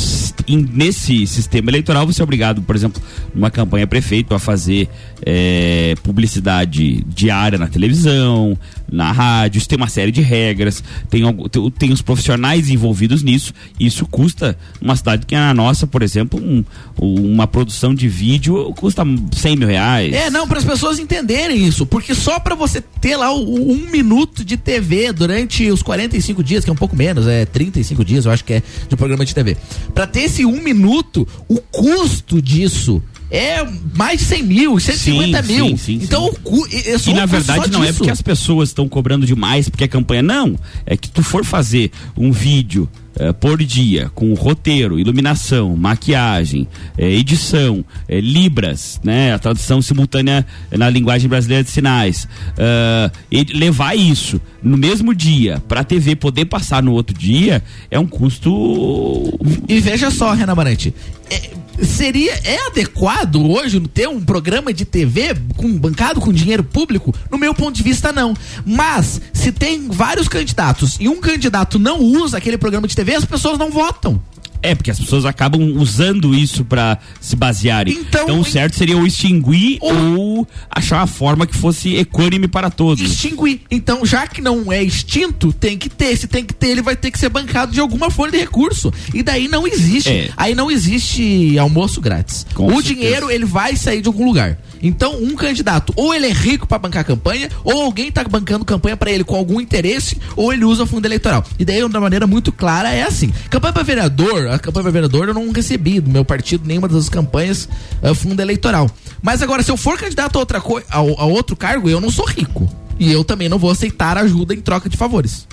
nesse sistema eleitoral você é obrigado, por exemplo, numa campanha prefeito a fazer é, publicidade diária na televisão, na rádio. Isso tem uma série de regras, tem, tem, tem os profissionais envolvidos nisso. Isso custa, uma cidade que é a nossa, por exemplo, um, uma produção de vídeo custa cem mil reais. É, não, para as pessoas entenderem isso, porque só para você ter lá o, o um minuto de T V durante os quarenta e cinco dias, que é um pouco menos, é trinta e cinco dias, eu acho que é, de programa de T V. Para ter esse um minuto, o custo disso é mais de cem mil, cento e cinquenta sim, mil. Sim, sim, então, sim. O, é só e na verdade não disso. é porque as pessoas estão cobrando demais porque a campanha, não. É que tu for fazer um vídeo uh, por dia com roteiro, iluminação, maquiagem, eh, edição, eh, libras, né, a tradução simultânea na linguagem brasileira de sinais, uh, e levar isso no mesmo dia pra T V poder passar no outro dia é um custo. E veja só, Renan Amarante, é, seria, é adequado hoje ter um programa de T V com, bancado com dinheiro público? No meu ponto de vista, não. Mas, se tem vários candidatos e um candidato não usa aquele programa de T V, as pessoas não votam. É, porque as pessoas acabam usando isso pra se basearem. Então, então o certo seria ou extinguir ou, ou achar uma forma que fosse equânime para todos. Extinguir. Então, já que não é extinto, tem que ter. Se tem que ter, ele vai ter que ser bancado de alguma fonte de recurso. E daí não existe. É. Aí não existe almoço grátis. Com o certeza. Dinheiro, ele vai sair de algum lugar. Então, um candidato, ou ele é rico para bancar campanha, ou alguém tá bancando campanha para ele com algum interesse, ou ele usa fundo eleitoral. E daí, de uma maneira muito clara, é assim. Campanha para vereador, a campanha para vereador eu não recebi do meu partido nenhuma das campanhas uh, fundo eleitoral. Mas agora, se eu for candidato a, outra co- a, a outro cargo, eu não sou rico. E eu também não vou aceitar ajuda em troca de favores.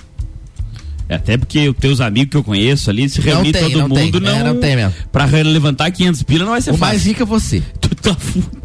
Até porque os teus amigos que eu conheço ali, se reunir tem, todo não mundo, tem. não, É, não tem mesmo. Pra levantar quinhentos pila não vai ser o fácil. Mais rico é você. Tu tá fudido.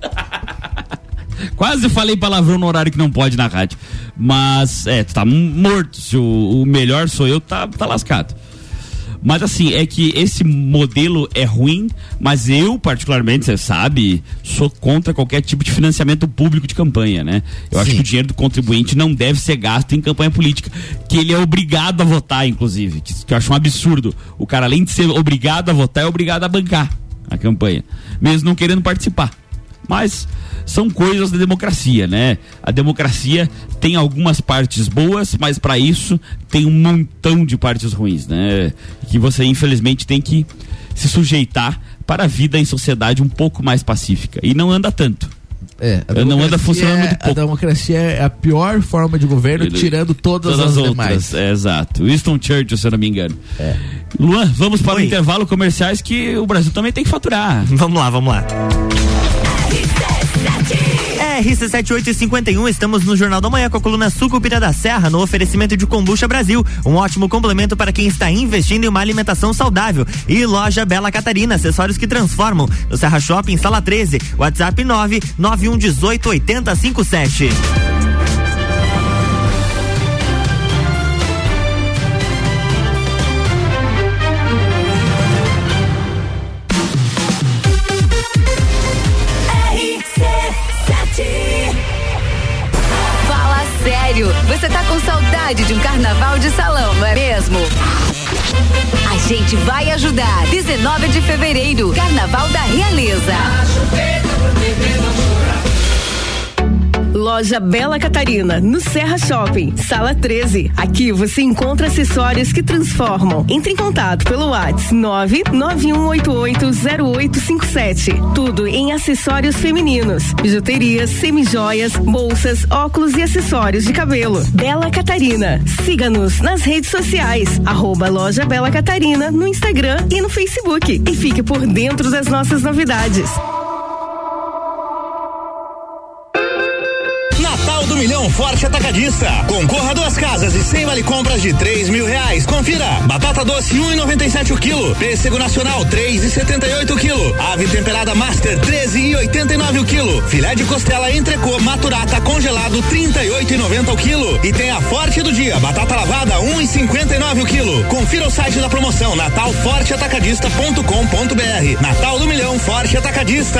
Quase falei palavrão no horário que não pode na rádio. Mas, é, tu tá morto. Se o, o melhor sou eu, tá, tá lascado. Mas assim, é que esse modelo é ruim, mas eu particularmente, você sabe, sou contra qualquer tipo de financiamento público de campanha, né? Eu Sim. acho que o dinheiro do contribuinte não deve ser gasto em campanha política, que ele é obrigado a votar, inclusive, que, que eu acho um absurdo. O cara, além de ser obrigado a votar, é obrigado a bancar a campanha, mesmo não querendo participar. Mas são coisas da democracia, né? A democracia tem algumas partes boas, mas para isso tem um montão de partes ruins, né? Que você infelizmente tem que se sujeitar para a vida em sociedade um pouco mais pacífica. E não anda tanto. É, não anda funcionando muito pouco. A democracia é a pior forma de governo, Ele, tirando todas, todas as, as outras. Demais. É, exato. Winston Churchill, se eu não me engano. É. Luan, vamos para Oi. o intervalo comerciais que o Brasil também tem que faturar. Vamos lá, vamos lá. R C sete oito cinquenta e um, estamos no Jornal da Manhã com a coluna Sucupira da Serra, no oferecimento de Kombucha Brasil, um ótimo complemento para quem está investindo em uma alimentação saudável. E Loja Bela Catarina, acessórios que transformam, no Serra Shopping, Sala treze, WhatsApp nove nove um um oito oito zero cinco sete. Você tá com saudade de um carnaval de salão, não é mesmo? A gente vai ajudar. dezenove de fevereiro, Carnaval da Realeza. Loja Bela Catarina, no Serra Shopping, Sala treze. Aqui você encontra acessórios que transformam. Entre em contato pelo WhatsApp nove nove um oito oito zero oito cinco sete. Tudo em acessórios femininos, bijuterias, semijoias, bolsas, óculos e acessórios de cabelo. Bela Catarina. Siga-nos nas redes sociais, arroba Loja Bela Catarina, no Instagram e no Facebook. E fique por dentro das nossas novidades. Do Milhão Forte Atacadista. Concorra a duas casas e cem vale compras de três mil reais. Confira. Batata doce um e noventa e sete o quilo. Pêssego nacional três e setenta e oito o quilo. Ave temperada Master treze e oitenta e nove o quilo. Filé de costela entrecô maturata congelado trinta e oito e noventa o quilo. E tem a Forte do dia. Batata lavada um e cinquenta e nove o quilo. Confira o site da promoção natal forte atacadista ponto com ponto br. Natal do Milhão Forte Atacadista.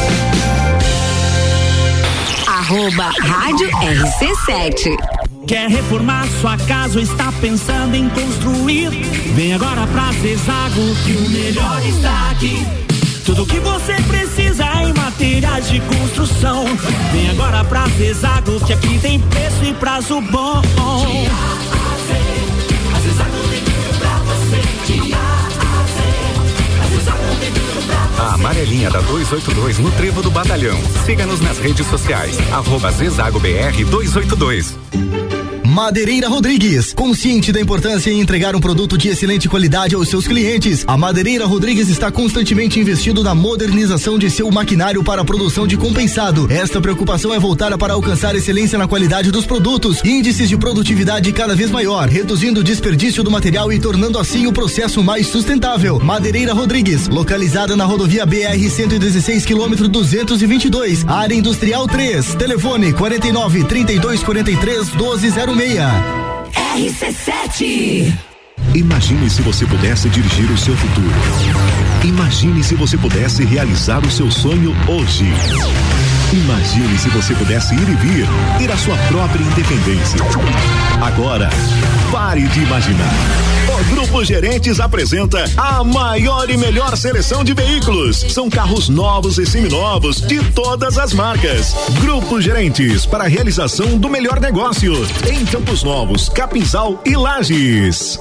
Arroba Rádio R C sete. Quer reformar sua casa ou está pensando em construir? Vem agora pra Zezago, que o melhor está aqui. Tudo que você precisa em materiais de construção. Vem agora pra Zezago, que aqui tem preço e prazo bom. De A a Z, a Zezago tem tudo pra você. De A a Z, a Zezago tem tudo pra você. A amarelinha da duzentos e oitenta e dois no Trevo do Batalhão. Siga-nos nas redes sociais, arroba Zezago B R duzentos e oitenta e dois. Madeireira Rodrigues, consciente da importância em entregar um produto de excelente qualidade aos seus clientes, a Madeireira Rodrigues está constantemente investindo na modernização de seu maquinário para a produção de compensado. Esta preocupação é voltada para alcançar excelência na qualidade dos produtos, índices de produtividade cada vez maior, reduzindo o desperdício do material e tornando assim o processo mais sustentável. Madeireira Rodrigues, localizada na rodovia B R cento e dezesseis, quilômetro duzentos e vinte e dois, área industrial três, telefone quarenta e nove, trinta e dois, quarenta e três, doze zero seis. R C sete. Imagine se você pudesse dirigir o seu futuro. Imagine se você pudesse realizar o seu sonho hoje. Imagine se você pudesse ir e vir, ter a sua própria independência. Agora, pare de imaginar. O Grupo Gerentes apresenta a maior e melhor seleção de veículos. São carros novos e seminovos de todas as marcas. Grupo Gerentes, para a realização do melhor negócio em Campos Novos, Capinzal e Lages.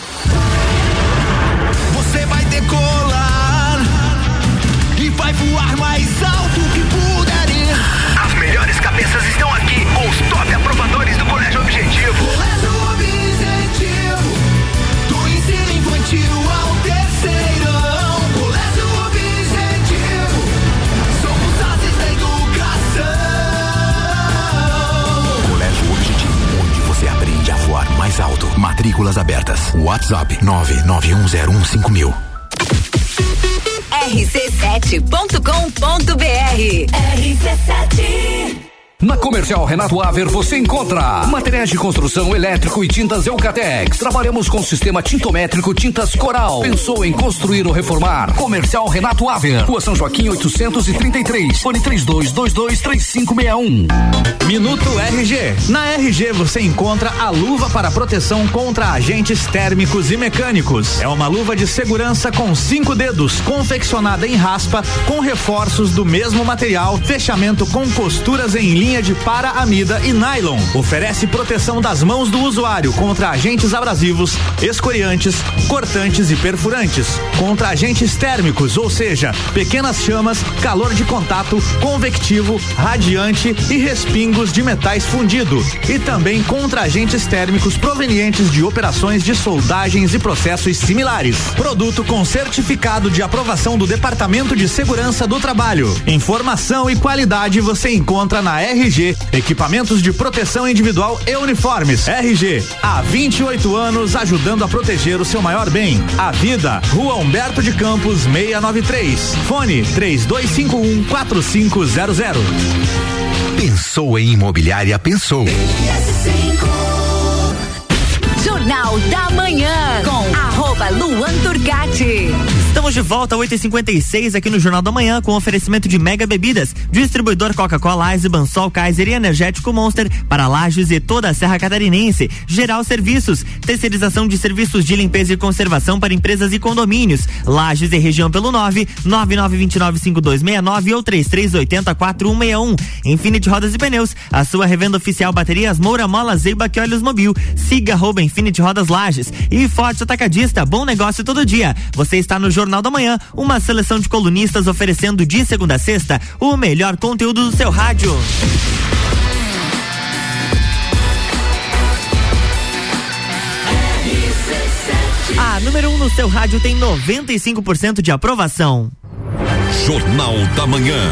Você vai decolar e vai voar mais alto que puder ir. As melhores cabeças estão aqui com os top aprovadores do Colégio Objetivo. Colégio Objetivo, do ensino infantil ao terceirão. Colégio Objetivo, somos ases da educação. Colégio Objetivo, onde você aprende a voar mais alto. Matrículas abertas. WhatsApp nove nove um zero um cinco mil. R C sete ponto com ponto B R. R C sete. Na Comercial Renato Aver você encontra materiais de construção elétrico e tintas Eucatex. Trabalhamos com o sistema tintométrico Tintas Coral. Pensou em construir ou reformar? Comercial Renato Aver, Rua São Joaquim oitocentos e trinta e três, fone três dois dois dois três cinco seis um. Minuto R G. Na R G você encontra a luva para proteção contra agentes térmicos e mecânicos. É uma luva de segurança com cinco dedos, confeccionada em raspa, com reforços do mesmo material, fechamento com costuras em linha de para-amida e nylon. Oferece proteção das mãos do usuário contra agentes abrasivos, escoriantes, cortantes e perfurantes, contra agentes térmicos, ou seja, pequenas chamas, calor de contato, convectivo, radiante e respingos de metais fundido, e também contra agentes térmicos provenientes de operações de soldagens e processos similares. Produto com certificado de aprovação do Departamento de Segurança do Trabalho. Informação e qualidade você encontra na R G, equipamentos de proteção individual e uniformes. R G, há vinte e oito anos ajudando a proteger o seu maior bem, a vida. Rua Humberto de Campos seiscentos e noventa e três. Fone três dois cinco um quatro cinco zero zero. Pensou em imobiliária, pensou. Jornal da Manhã com arroba Luan Turcati. Estamos de volta, oito e cinquenta e seis aqui no Jornal da Manhã, com oferecimento de Mega Bebidas, distribuidor Coca-Cola, Eisenbahn, Sol, Kaiser e Energético Monster para Lages e toda a Serra Catarinense. Geral Serviços, terceirização de serviços de limpeza e conservação para empresas e condomínios. Lages e região pelo nove nove nove dois nove cinco dois seis nove ou três três oito zero quatro um seis um. Infinity Rodas e Pneus, a sua revenda oficial baterias Moura, Mola, Zeiba e Olhos Mobil. Siga arroba Infinity Rodas Lages e Forte Atacadista, bom negócio todo dia. Você está no Jornal da Manhã, uma seleção de colunistas oferecendo de segunda a sexta o melhor conteúdo do seu rádio. A número um no seu rádio tem noventa e cinco por cento de aprovação. Jornal da Manhã.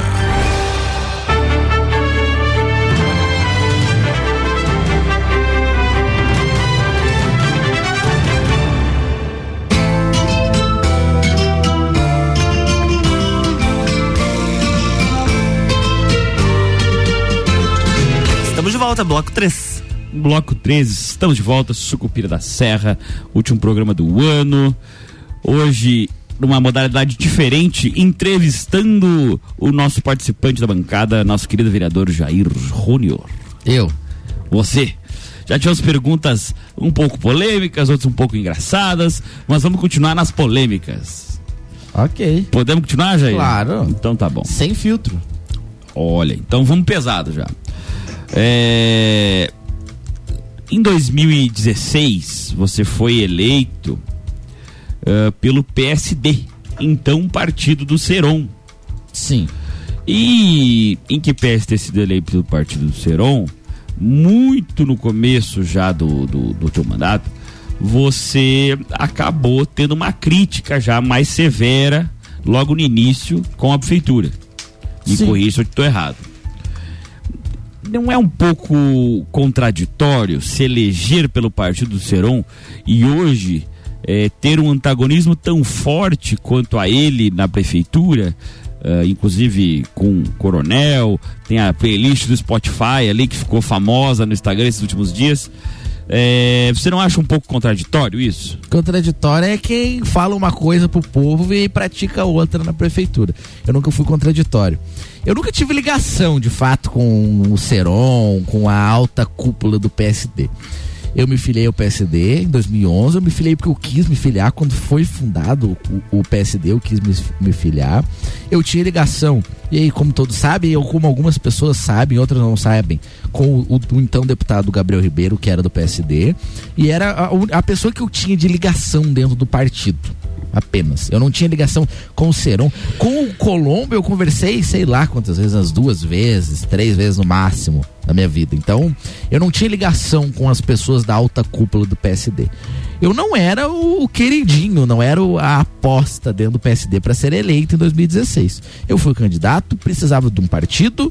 Estamos de volta, bloco três. Bloco três, estamos de volta, Sucupira da Serra, último programa do ano. Hoje, numa modalidade diferente, entrevistando o nosso participante da bancada, nosso querido vereador Jair Júnior. Eu. Você. Já tivemos perguntas um pouco polêmicas, outras um pouco engraçadas, mas vamos continuar nas polêmicas. Ok. Podemos continuar, Jair? Claro. Então tá bom. Sem filtro. Olha, então vamos pesado já. É... Em dois mil e dezesseis, você foi eleito uh, pelo P S D, então partido do Seron. Sim. E em que pese ter sido eleito pelo partido do Seron, muito no começo já do, do, do teu mandato, você acabou tendo uma crítica já mais severa logo no início com a prefeitura. Me corrija se eu estou errado. Não é um pouco contraditório se eleger pelo partido do Seron e hoje é, ter um antagonismo tão forte quanto a ele na prefeitura, uh, inclusive com o Coronel, tem a playlist do Spotify ali que ficou famosa no Instagram esses últimos dias. É, você não acha um pouco contraditório isso? Contraditório é quem fala uma coisa pro povo e pratica outra na prefeitura. Eu nunca fui contraditório. Eu nunca tive ligação, de fato, com o Seron, com a alta cúpula do P S D. Eu me filiei ao P S D em dois mil e onze, eu me filiei porque eu quis me filiar quando foi fundado o, o P S D, eu quis me, me filiar. Eu tinha ligação, e aí, como todos sabem, ou como algumas pessoas sabem, outras não sabem, com o, o então deputado Gabriel Ribeiro, que era do P S D, e era a, a pessoa que eu tinha de ligação dentro do partido. Apenas. Eu não tinha ligação com o Seron. Com o Colombo eu conversei, sei lá quantas vezes, as duas vezes, três vezes no máximo na minha vida. Então, eu não tinha ligação com as pessoas da alta cúpula do P S D. Eu não era o, o queridinho, não era o, a aposta dentro do P S D para ser eleito em dois mil e dezesseis. Eu fui candidato, precisava de um partido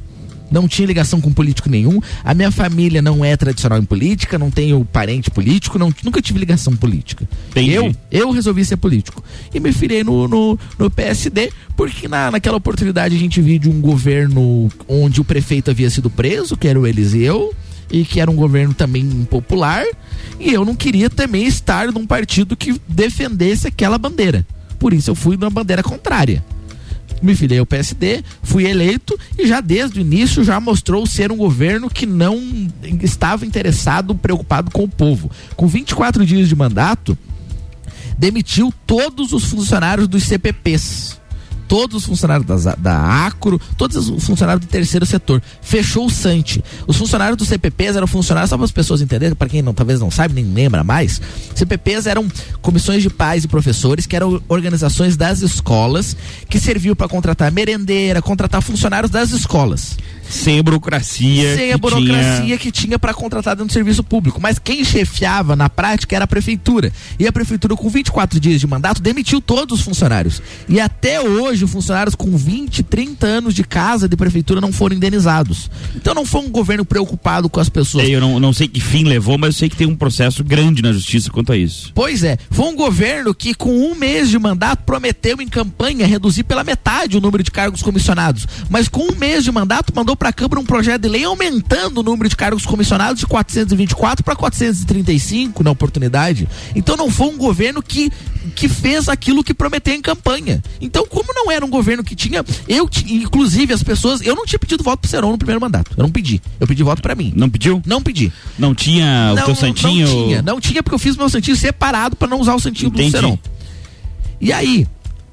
não tinha ligação com político nenhum. A minha família não é tradicional em política, não tenho parente político, não, nunca tive ligação política. Entendi. Eu, eu resolvi ser político. E me filiei no, no, no P S D, porque na, naquela oportunidade a gente viu de um governo onde o prefeito havia sido preso, que era o Eliseu, e que era um governo também impopular, e eu não queria também estar num partido que defendesse aquela bandeira. Por isso eu fui na bandeira contrária. Me filiei ao P S D, fui eleito e já desde o início já mostrou ser um governo que não estava interessado, preocupado com o povo. Com vinte e quatro dias de mandato, demitiu todos os funcionários dos C P Ps. Todos os funcionários da, da Acro, todos os funcionários do terceiro setor. Fechou o Sante. Os funcionários do C P Ps eram funcionários, só para as pessoas entenderem, para quem não, talvez não sabe, nem lembra mais, C P Ps eram comissões de pais e professores, que eram organizações das escolas, que serviam para contratar merendeira, contratar funcionários das escolas. Sem a burocracia. Sem a burocracia tinha... que tinha para contratar dentro do serviço público. Mas quem chefiava na prática era a prefeitura. E a prefeitura, com vinte e quatro dias de mandato, demitiu todos os funcionários. E até hoje, funcionários com vinte, trinta anos de casa de prefeitura não foram indenizados. Então não foi um governo preocupado com as pessoas. Eu não, não sei que fim levou, mas eu sei que tem um processo grande na justiça quanto a isso. Pois é. Foi um governo que, com um mês de mandato, prometeu em campanha reduzir pela metade o número de cargos comissionados. Mas com um mês de mandato, mandou para a Câmara um projeto de lei aumentando o número de cargos comissionados de quatrocentos e vinte e quatro para quatrocentos e trinta e cinco na oportunidade. Então não foi um governo que, que fez aquilo que prometeu em campanha. Então, como não era um governo que tinha, eu inclusive as pessoas, eu não tinha pedido voto pro Seron no primeiro mandato. Eu não pedi. Eu pedi voto pra mim. Não pediu? Não pedi. Não tinha o não, teu santinho? Não tinha. Não tinha porque eu fiz meu santinho separado pra não usar o santinho Entendi. do Seron. E aí?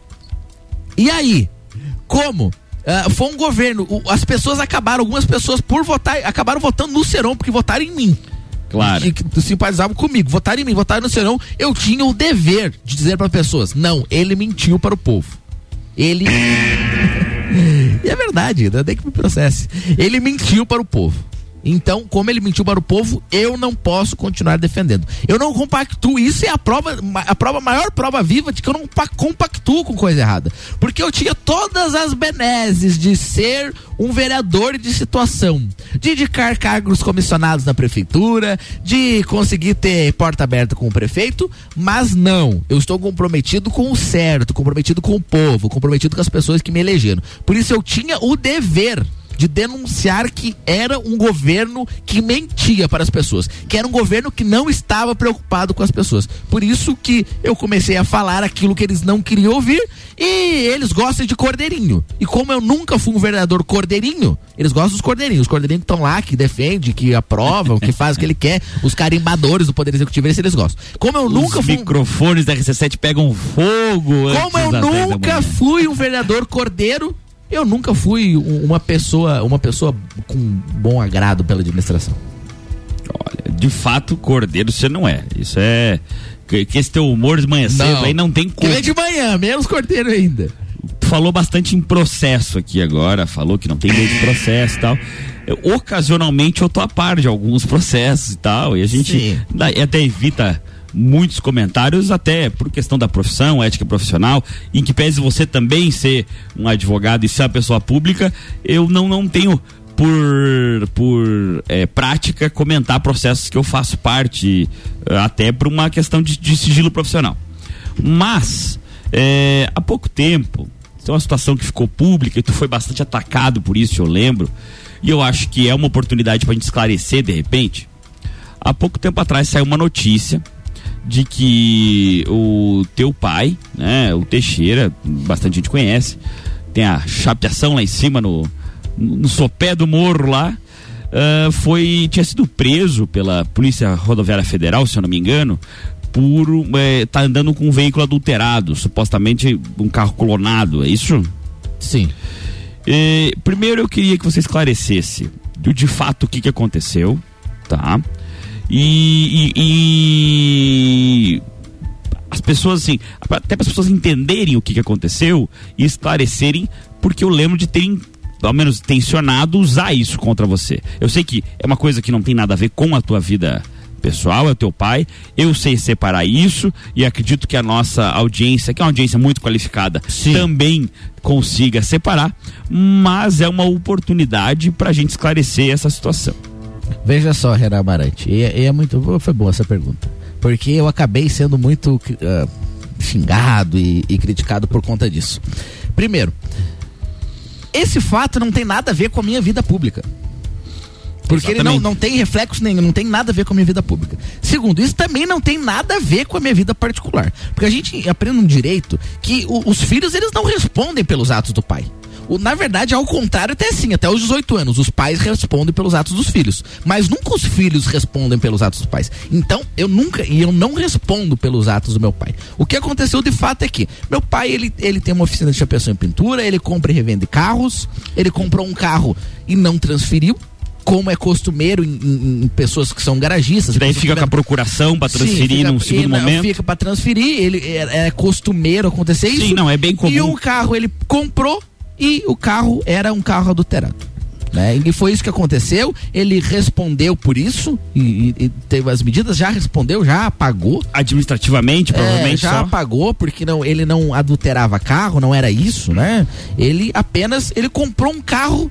E aí? Como? Uh, foi um governo, uh, as pessoas acabaram, algumas pessoas por votar, acabaram votando no Seron, porque votaram em mim. Claro. E, que simpatizavam comigo, votaram em mim, votaram no Seron. Eu tinha o dever de dizer para as pessoas, não, ele mentiu para o povo. Ele... e é verdade, nem que me processe. Ele mentiu para o povo. Então, como ele mentiu para o povo, eu não posso continuar defendendo. Eu não compactuo, isso é a prova, a prova, a maior prova viva de que eu não compactuo com coisa errada. Porque eu tinha todas as benesses de ser um vereador de situação, de indicar cargos comissionados na prefeitura, de conseguir ter porta aberta com o prefeito, mas não, eu estou comprometido com o certo, comprometido com o povo, comprometido com as pessoas que me elegeram. Por isso eu tinha o dever de denunciar que era um governo que mentia para as pessoas, que era um governo que não estava preocupado com as pessoas. Por isso que eu comecei a falar aquilo que eles não queriam ouvir, e eles gostam de cordeirinho. E como eu nunca fui um vereador cordeirinho, eles gostam dos cordeirinhos. Os cordeirinhos que estão lá, que defendem, que aprovam, que fazem o que ele quer, os carimbadores do Poder Executivo, eles, eles gostam. Como eu os nunca fui... Os microfones da R C sete pegam fogo. Como eu nunca fui um vereador cordeiro, eu nunca fui uma pessoa, uma pessoa com bom agrado pela administração. Olha, de fato, cordeiro você não é. Isso é... Que, que esse teu humor de manhã cedo aí não tem como. Que é de manhã, menos cordeiro ainda. Tu falou bastante em processo aqui agora, falou que não tem lei de processo e tal. Eu, ocasionalmente eu tô a par de alguns processos e tal, e a gente dá, até evita muitos comentários, até por questão da profissão, ética profissional, em que pese você também ser um advogado e ser uma pessoa pública, eu não, não tenho por, por é, prática comentar processos que eu faço parte, até por uma questão de, de sigilo profissional. Mas é, há pouco tempo tem uma situação que ficou pública e tu foi bastante atacado por isso, eu lembro, e eu acho que é uma oportunidade pra gente esclarecer de repente. Há pouco tempo atrás saiu uma notícia de que o teu pai, né, o Teixeira, bastante gente conhece, tem a chapeação lá em cima no, no sopé do morro lá, uh, foi, tinha sido preso pela Polícia Rodoviária Federal, se eu não me engano, por eh, tá andando com um veículo adulterado, supostamente um carro clonado, é isso? Sim. Eh, primeiro eu queria que você esclarecesse de, de fato o que que aconteceu, tá? E, e, e as pessoas assim, até para as pessoas entenderem o que, que aconteceu e esclarecerem, porque eu lembro de terem, ao menos, tensionado usar isso contra você. Eu sei que é uma coisa que não tem nada a ver com a tua vida pessoal, é o teu pai, eu sei separar isso e acredito que a nossa audiência, que é uma audiência muito qualificada, Sim. também consiga separar, mas é uma oportunidade pra gente esclarecer essa situação. Veja só, Renan Amarante, e, e é muito, foi boa essa pergunta, porque eu acabei sendo muito uh, xingado e, e criticado por conta disso. Primeiro, esse fato não tem nada a ver com a minha vida pública. Porque Exatamente. ele não, não tem reflexo nenhum, não tem nada a ver com a minha vida pública. Segundo, isso também não tem nada a ver com a minha vida particular. Porque a gente aprende um direito que o, os filhos, eles não respondem pelos atos do pai. O, na verdade, ao contrário, até assim, até os dezoito anos, os pais respondem pelos atos dos filhos. Mas nunca os filhos respondem pelos atos dos pais. Então, eu nunca, e eu não respondo pelos atos do meu pai. O que aconteceu de fato é que meu pai, ele, ele tem uma oficina de chapeação e pintura, ele compra e revende carros, ele comprou um carro e não transferiu, como é costumeiro em, em, em pessoas que são garagistas. Que daí fica com a procuração para transferir num segundo não, momento. Fica para transferir, ele é, é costumeiro acontecer isso. Sim, não, é bem comum. E um carro ele comprou e o carro era um carro adulterado. Né? E foi isso que aconteceu, ele respondeu por isso e, e, e teve as medidas, já respondeu, já pagou. Administrativamente, provavelmente. É, já só. pagou, porque não, ele não adulterava carro, não era isso, né? Ele apenas, ele comprou um carro.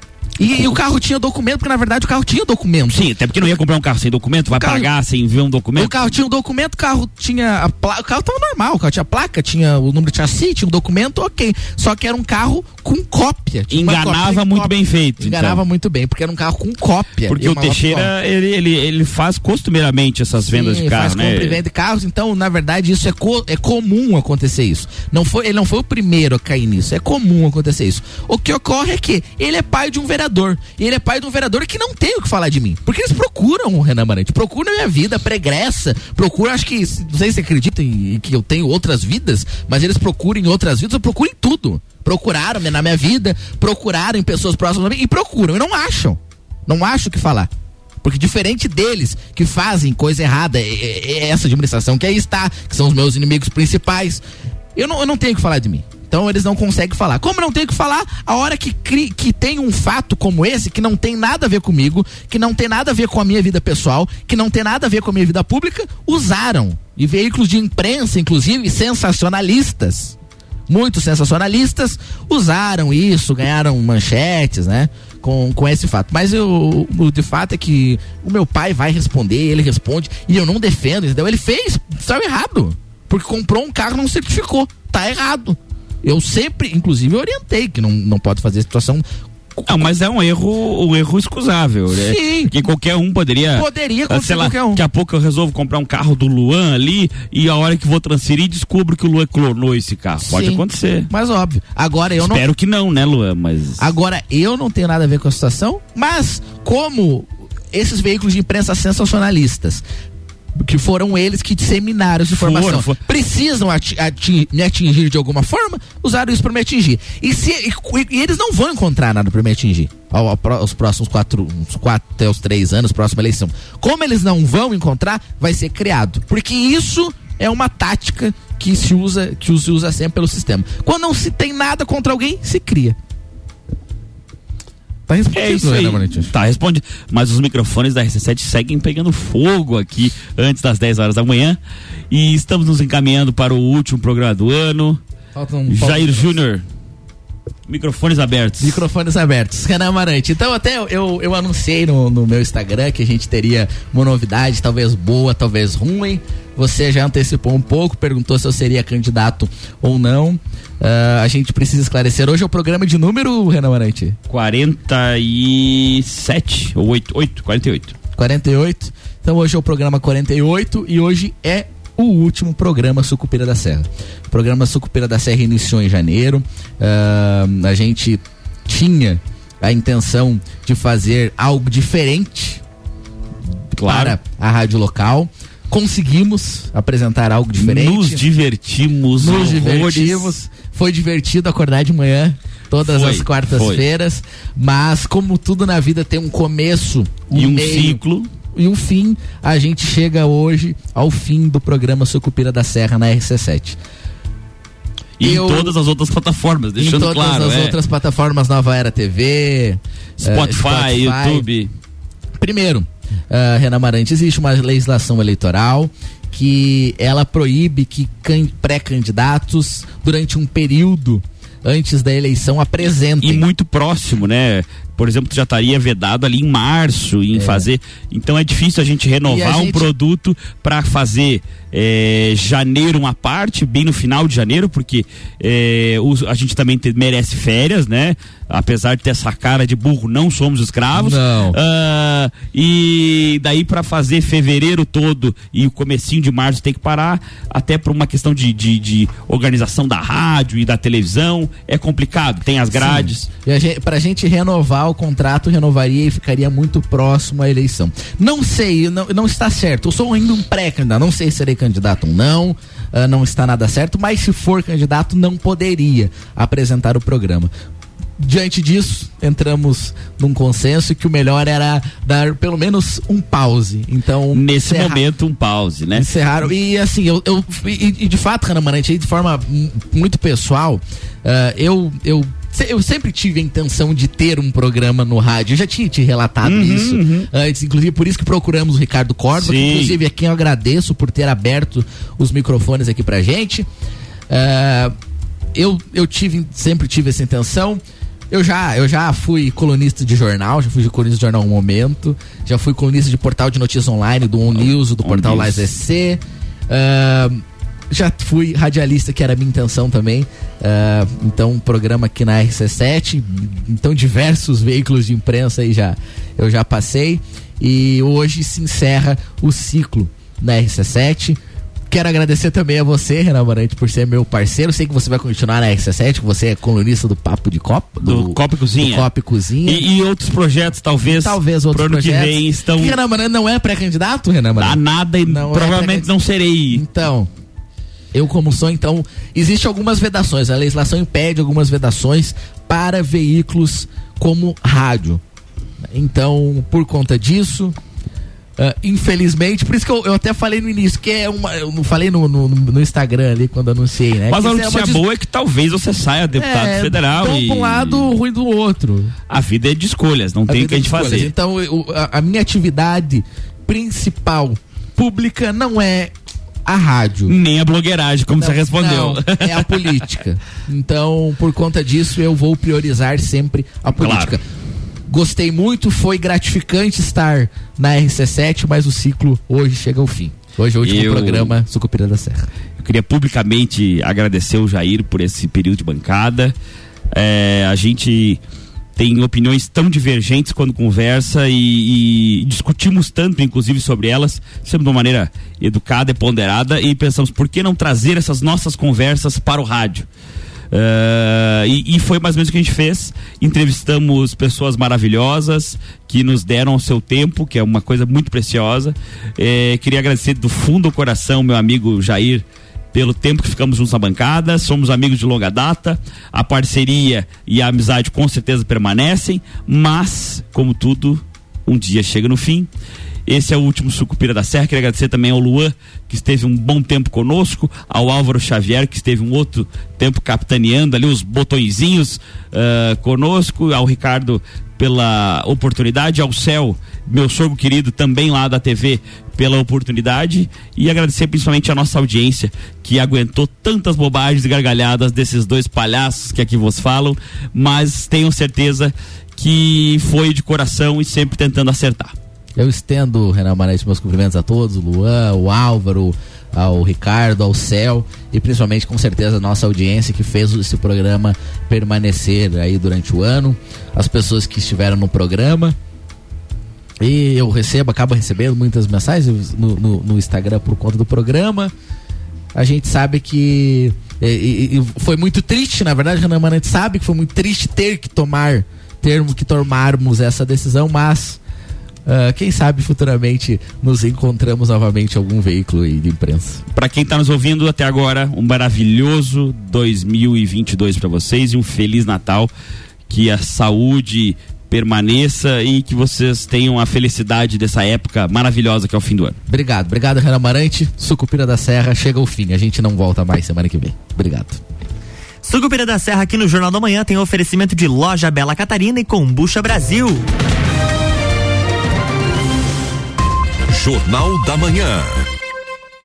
E, e o carro tinha documento, porque na verdade o carro tinha documento. Sim, até porque não ia comprar um carro sem documento, vai carro, pagar sem ver um documento. O carro tinha um documento, o carro tinha a placa, o carro tava normal, o carro tinha placa, tinha o número de chassi, tinha um documento, ok. Só que era um carro com cópia. Enganava cópia muito cópia. bem feito. Enganava então. muito bem, porque era um carro com cópia. Porque o Teixeira, ele, ele, ele faz costumeiramente essas Sim, vendas de carro, faz né? compra e vende carros, então na verdade isso é, co, é comum acontecer isso. Não foi, ele não foi o primeiro a cair nisso, é comum acontecer isso. O que ocorre é que ele é pai de um vereador, e ele é pai de um vereador que não tem o que falar de mim. Porque eles procuram o Renan Amarante, procuram a minha vida pregressa, procuram, acho que, não sei se você acredita em que eu tenho outras vidas, mas eles procuram em outras vidas, eu procuro em tudo. Procuraram na minha vida, procuraram em pessoas próximas a mim, e procuram, e não acham. Não acham o que falar. Porque diferente deles, que fazem coisa errada, é, é, é essa administração que aí está, que são os meus inimigos principais, eu não, eu não tenho o que falar de mim. Então eles não conseguem falar. Como não tem o que falar, a hora que, cri, que tem um fato como esse, que não tem nada a ver comigo, que não tem nada a ver com a minha vida pessoal, que não tem nada a ver com a minha vida pública, usaram. E veículos de imprensa, inclusive, sensacionalistas, muitos sensacionalistas, usaram isso, ganharam manchetes, né? Com, com esse fato. Mas eu, o de fato é que o meu pai vai responder, ele responde, e eu não defendo, entendeu? Ele fez, estava errado. Porque comprou um carro e não certificou. Tá errado. Eu sempre, inclusive, orientei que não, não pode fazer situação. Não, mas é um erro, um erro excusável, né? Sim. Que qualquer um poderia. Poderia acontecer, sei lá, qualquer um. Daqui a pouco eu resolvo comprar um carro do Luan ali e a hora que vou transferir descubro que o Luan clonou esse carro. Sim, pode acontecer. Mas óbvio. Agora eu Espero não. Espero que não, né, Luan? Mas. Agora eu não tenho nada a ver com a situação, mas como esses veículos de imprensa sensacionalistas, que foram eles que disseminaram essa informação, foram, foram. precisam ati- ati- me atingir de alguma forma, usaram isso para me atingir. E, se, e, e eles não vão encontrar nada para me atingir ao, ao, aos próximos quatro, uns quatro até os três anos, próxima eleição. Como eles não vão encontrar, vai ser criado. Porque isso é uma tática que se usa, que se usa sempre pelo sistema. Quando não se tem nada contra alguém, se cria. Tá respondido, é isso aí. Né, tá respondido. Mas os microfones da R C sete seguem pegando fogo aqui antes das dez horas da manhã. E estamos nos encaminhando para o último programa do ano. Faltam, Jair Júnior. Microfones abertos. Microfones abertos. Renan Amarante. Então, até eu, eu anunciei no, no meu Instagram que a gente teria uma novidade, talvez boa, talvez ruim. Você já antecipou um pouco, perguntou se eu seria candidato ou não. Uh, a gente precisa esclarecer. Hoje é o programa de número, Renan Amarante? quarenta e sete ou oito, oito, quarenta e oito. quarenta e oito. Então hoje é o programa quarenta e oito e hoje é o último programa Sucupira da Serra. O programa Sucupira da Serra iniciou em janeiro. Uh, a gente tinha a intenção de fazer algo diferente, claro, para a rádio local. Conseguimos apresentar algo diferente. Nos divertimos. Nos divertimos. Foi divertido acordar de manhã, todas foi, as quartas-feiras. Mas como tudo na vida tem um começo, um e um meio, ciclo e um fim, a gente chega hoje ao fim do programa Sucupira da Serra na R C sete. E eu, em todas as outras plataformas, deixando claro. Em todas claro, as é. outras plataformas, Nova Era T V, Spotify, uh, Spotify, YouTube. Primeiro, uh, Renan Marante, existe uma legislação eleitoral que ela proíbe que can- pré-candidatos, durante um período antes da eleição, apresentem. E muito próximo, né? Por exemplo, já estaria vedado ali em março em é. fazer. Então é difícil a gente renovar a gente... um produto para fazer é, janeiro uma parte, bem no final de janeiro, porque é, o, a gente também te, merece férias, né? Apesar de ter essa cara de burro, não somos escravos. Não. Uh, e daí para fazer fevereiro todo e o comecinho de março tem que parar, até por uma questão de, de, de organização da rádio e da televisão. É complicado, tem as grades. Sim. E a gente, pra gente renovar o contrato, renovaria e ficaria muito próximo à eleição. Não sei, não, não está certo. Eu sou ainda um pré-candidato, não sei se serei candidato ou não, uh, não está nada certo, mas se for candidato, não poderia apresentar o programa. Diante disso, entramos num consenso que o melhor era dar pelo menos um pause. Então, nesse encerra... momento, um pause, né? Encerraram. E assim, eu, eu e, e de fato, Renan Marante, aí de forma m- muito pessoal, uh, eu, eu, eu sempre tive a intenção de ter um programa no rádio. Eu já tinha te relatado uhum, isso uhum. antes, inclusive por isso que procuramos o Ricardo Córdoba, que, inclusive a quem eu agradeço por ter aberto os microfones aqui pra gente. Uh, eu, eu tive, sempre tive essa intenção. Eu já, eu já fui colunista de jornal, já fui colunista de jornal Um Momento, já fui colunista de portal de notícias online do On News, do portal Lais E C. Uh, já fui radialista, que era a minha intenção também. Uh, então, um programa aqui na R C sete. Então, diversos veículos de imprensa aí já, eu já passei. E hoje se encerra o ciclo na R C sete. Quero agradecer também a você, Renan Marante, por ser meu parceiro. Sei que você vai continuar na R C sete, que você é colunista do Papo de Copa. Do, do Copa e Cozinha. Do Copa e Cozinha. E, e outros projetos, talvez. Talvez outros pro ano projetos. Que vem estão. Que Renan Marante não é pré-candidato, Renan Marante? Dá nada e não provavelmente é não serei. Então, eu como sou, então, existe algumas vedações. A legislação impede algumas vedações para veículos como rádio. Então, por conta disso... Uh, infelizmente, por isso que eu, eu até falei no início, que é uma. Eu não falei no, no, no Instagram ali quando anunciei, né? Mas que a notícia é dis... boa é que talvez você saia deputado é, federal. Então, e... um lado, ruim do outro. A vida é de escolhas, não a tem o que a gente fazer. Então, eu, a, a minha atividade principal pública não é a rádio. Nem a blogueiragem, como não, você respondeu. Não, é a política. Então, por conta disso, eu vou priorizar sempre a política. Claro. Gostei muito, foi gratificante estar na R C sete, mas o ciclo hoje chega ao fim. Hoje é o último eu, programa Sucupira da Serra. Eu queria publicamente agradecer o Jair por esse período de bancada. É, a gente tem opiniões tão divergentes quando conversa e, e discutimos tanto, inclusive, sobre elas, sempre de uma maneira educada e ponderada, e pensamos, por que não trazer essas nossas conversas para o rádio? Uh, e, e foi mais ou menos o que a gente fez. Entrevistamos pessoas maravilhosas que nos deram o seu tempo, que é uma coisa muito preciosa. É, queria agradecer do fundo do coração meu amigo Jair pelo tempo que ficamos juntos na bancada. Somos amigos de longa data, a parceria e a amizade com certeza permanecem, mas como tudo, um dia chega no fim. Esse é o último Sucupira da Serra. Queria agradecer também ao Luan, que esteve um bom tempo conosco, ao Álvaro Xavier, que esteve um outro tempo capitaneando ali os botõezinhos uh, conosco, ao Ricardo pela oportunidade, ao Céu, meu sogro querido, também lá da T V, pela oportunidade, e agradecer principalmente a nossa audiência, que aguentou tantas bobagens e gargalhadas desses dois palhaços que aqui vos falam, mas tenho certeza que foi de coração e sempre tentando acertar. Eu estendo, Renan Marante, meus cumprimentos a todos, o Luan, o Álvaro, ao Ricardo, ao Céu e principalmente, com certeza, a nossa audiência que fez esse programa permanecer aí durante o ano, as pessoas que estiveram no programa. E eu recebo, acabo recebendo muitas mensagens no, no, no Instagram por conta do programa. A gente sabe que e, e, e foi muito triste, na verdade, Renan Marante sabe que foi muito triste ter que tomar, termos que tomarmos essa decisão, mas Uh, quem sabe futuramente nos encontramos novamente em algum veículo aí de imprensa. Para quem está nos ouvindo até agora, um maravilhoso dois mil e vinte e dois para vocês e um Feliz Natal, que a saúde permaneça e que vocês tenham a felicidade dessa época maravilhosa que é o fim do ano. Obrigado, obrigado, Renan Marante. Sucupira da Serra chega ao fim, a gente não volta mais semana que vem. Obrigado. Sucupira da Serra aqui no Jornal da Manhã tem oferecimento de Loja Bela Catarina e Kombucha Brasil. Jornal da Manhã.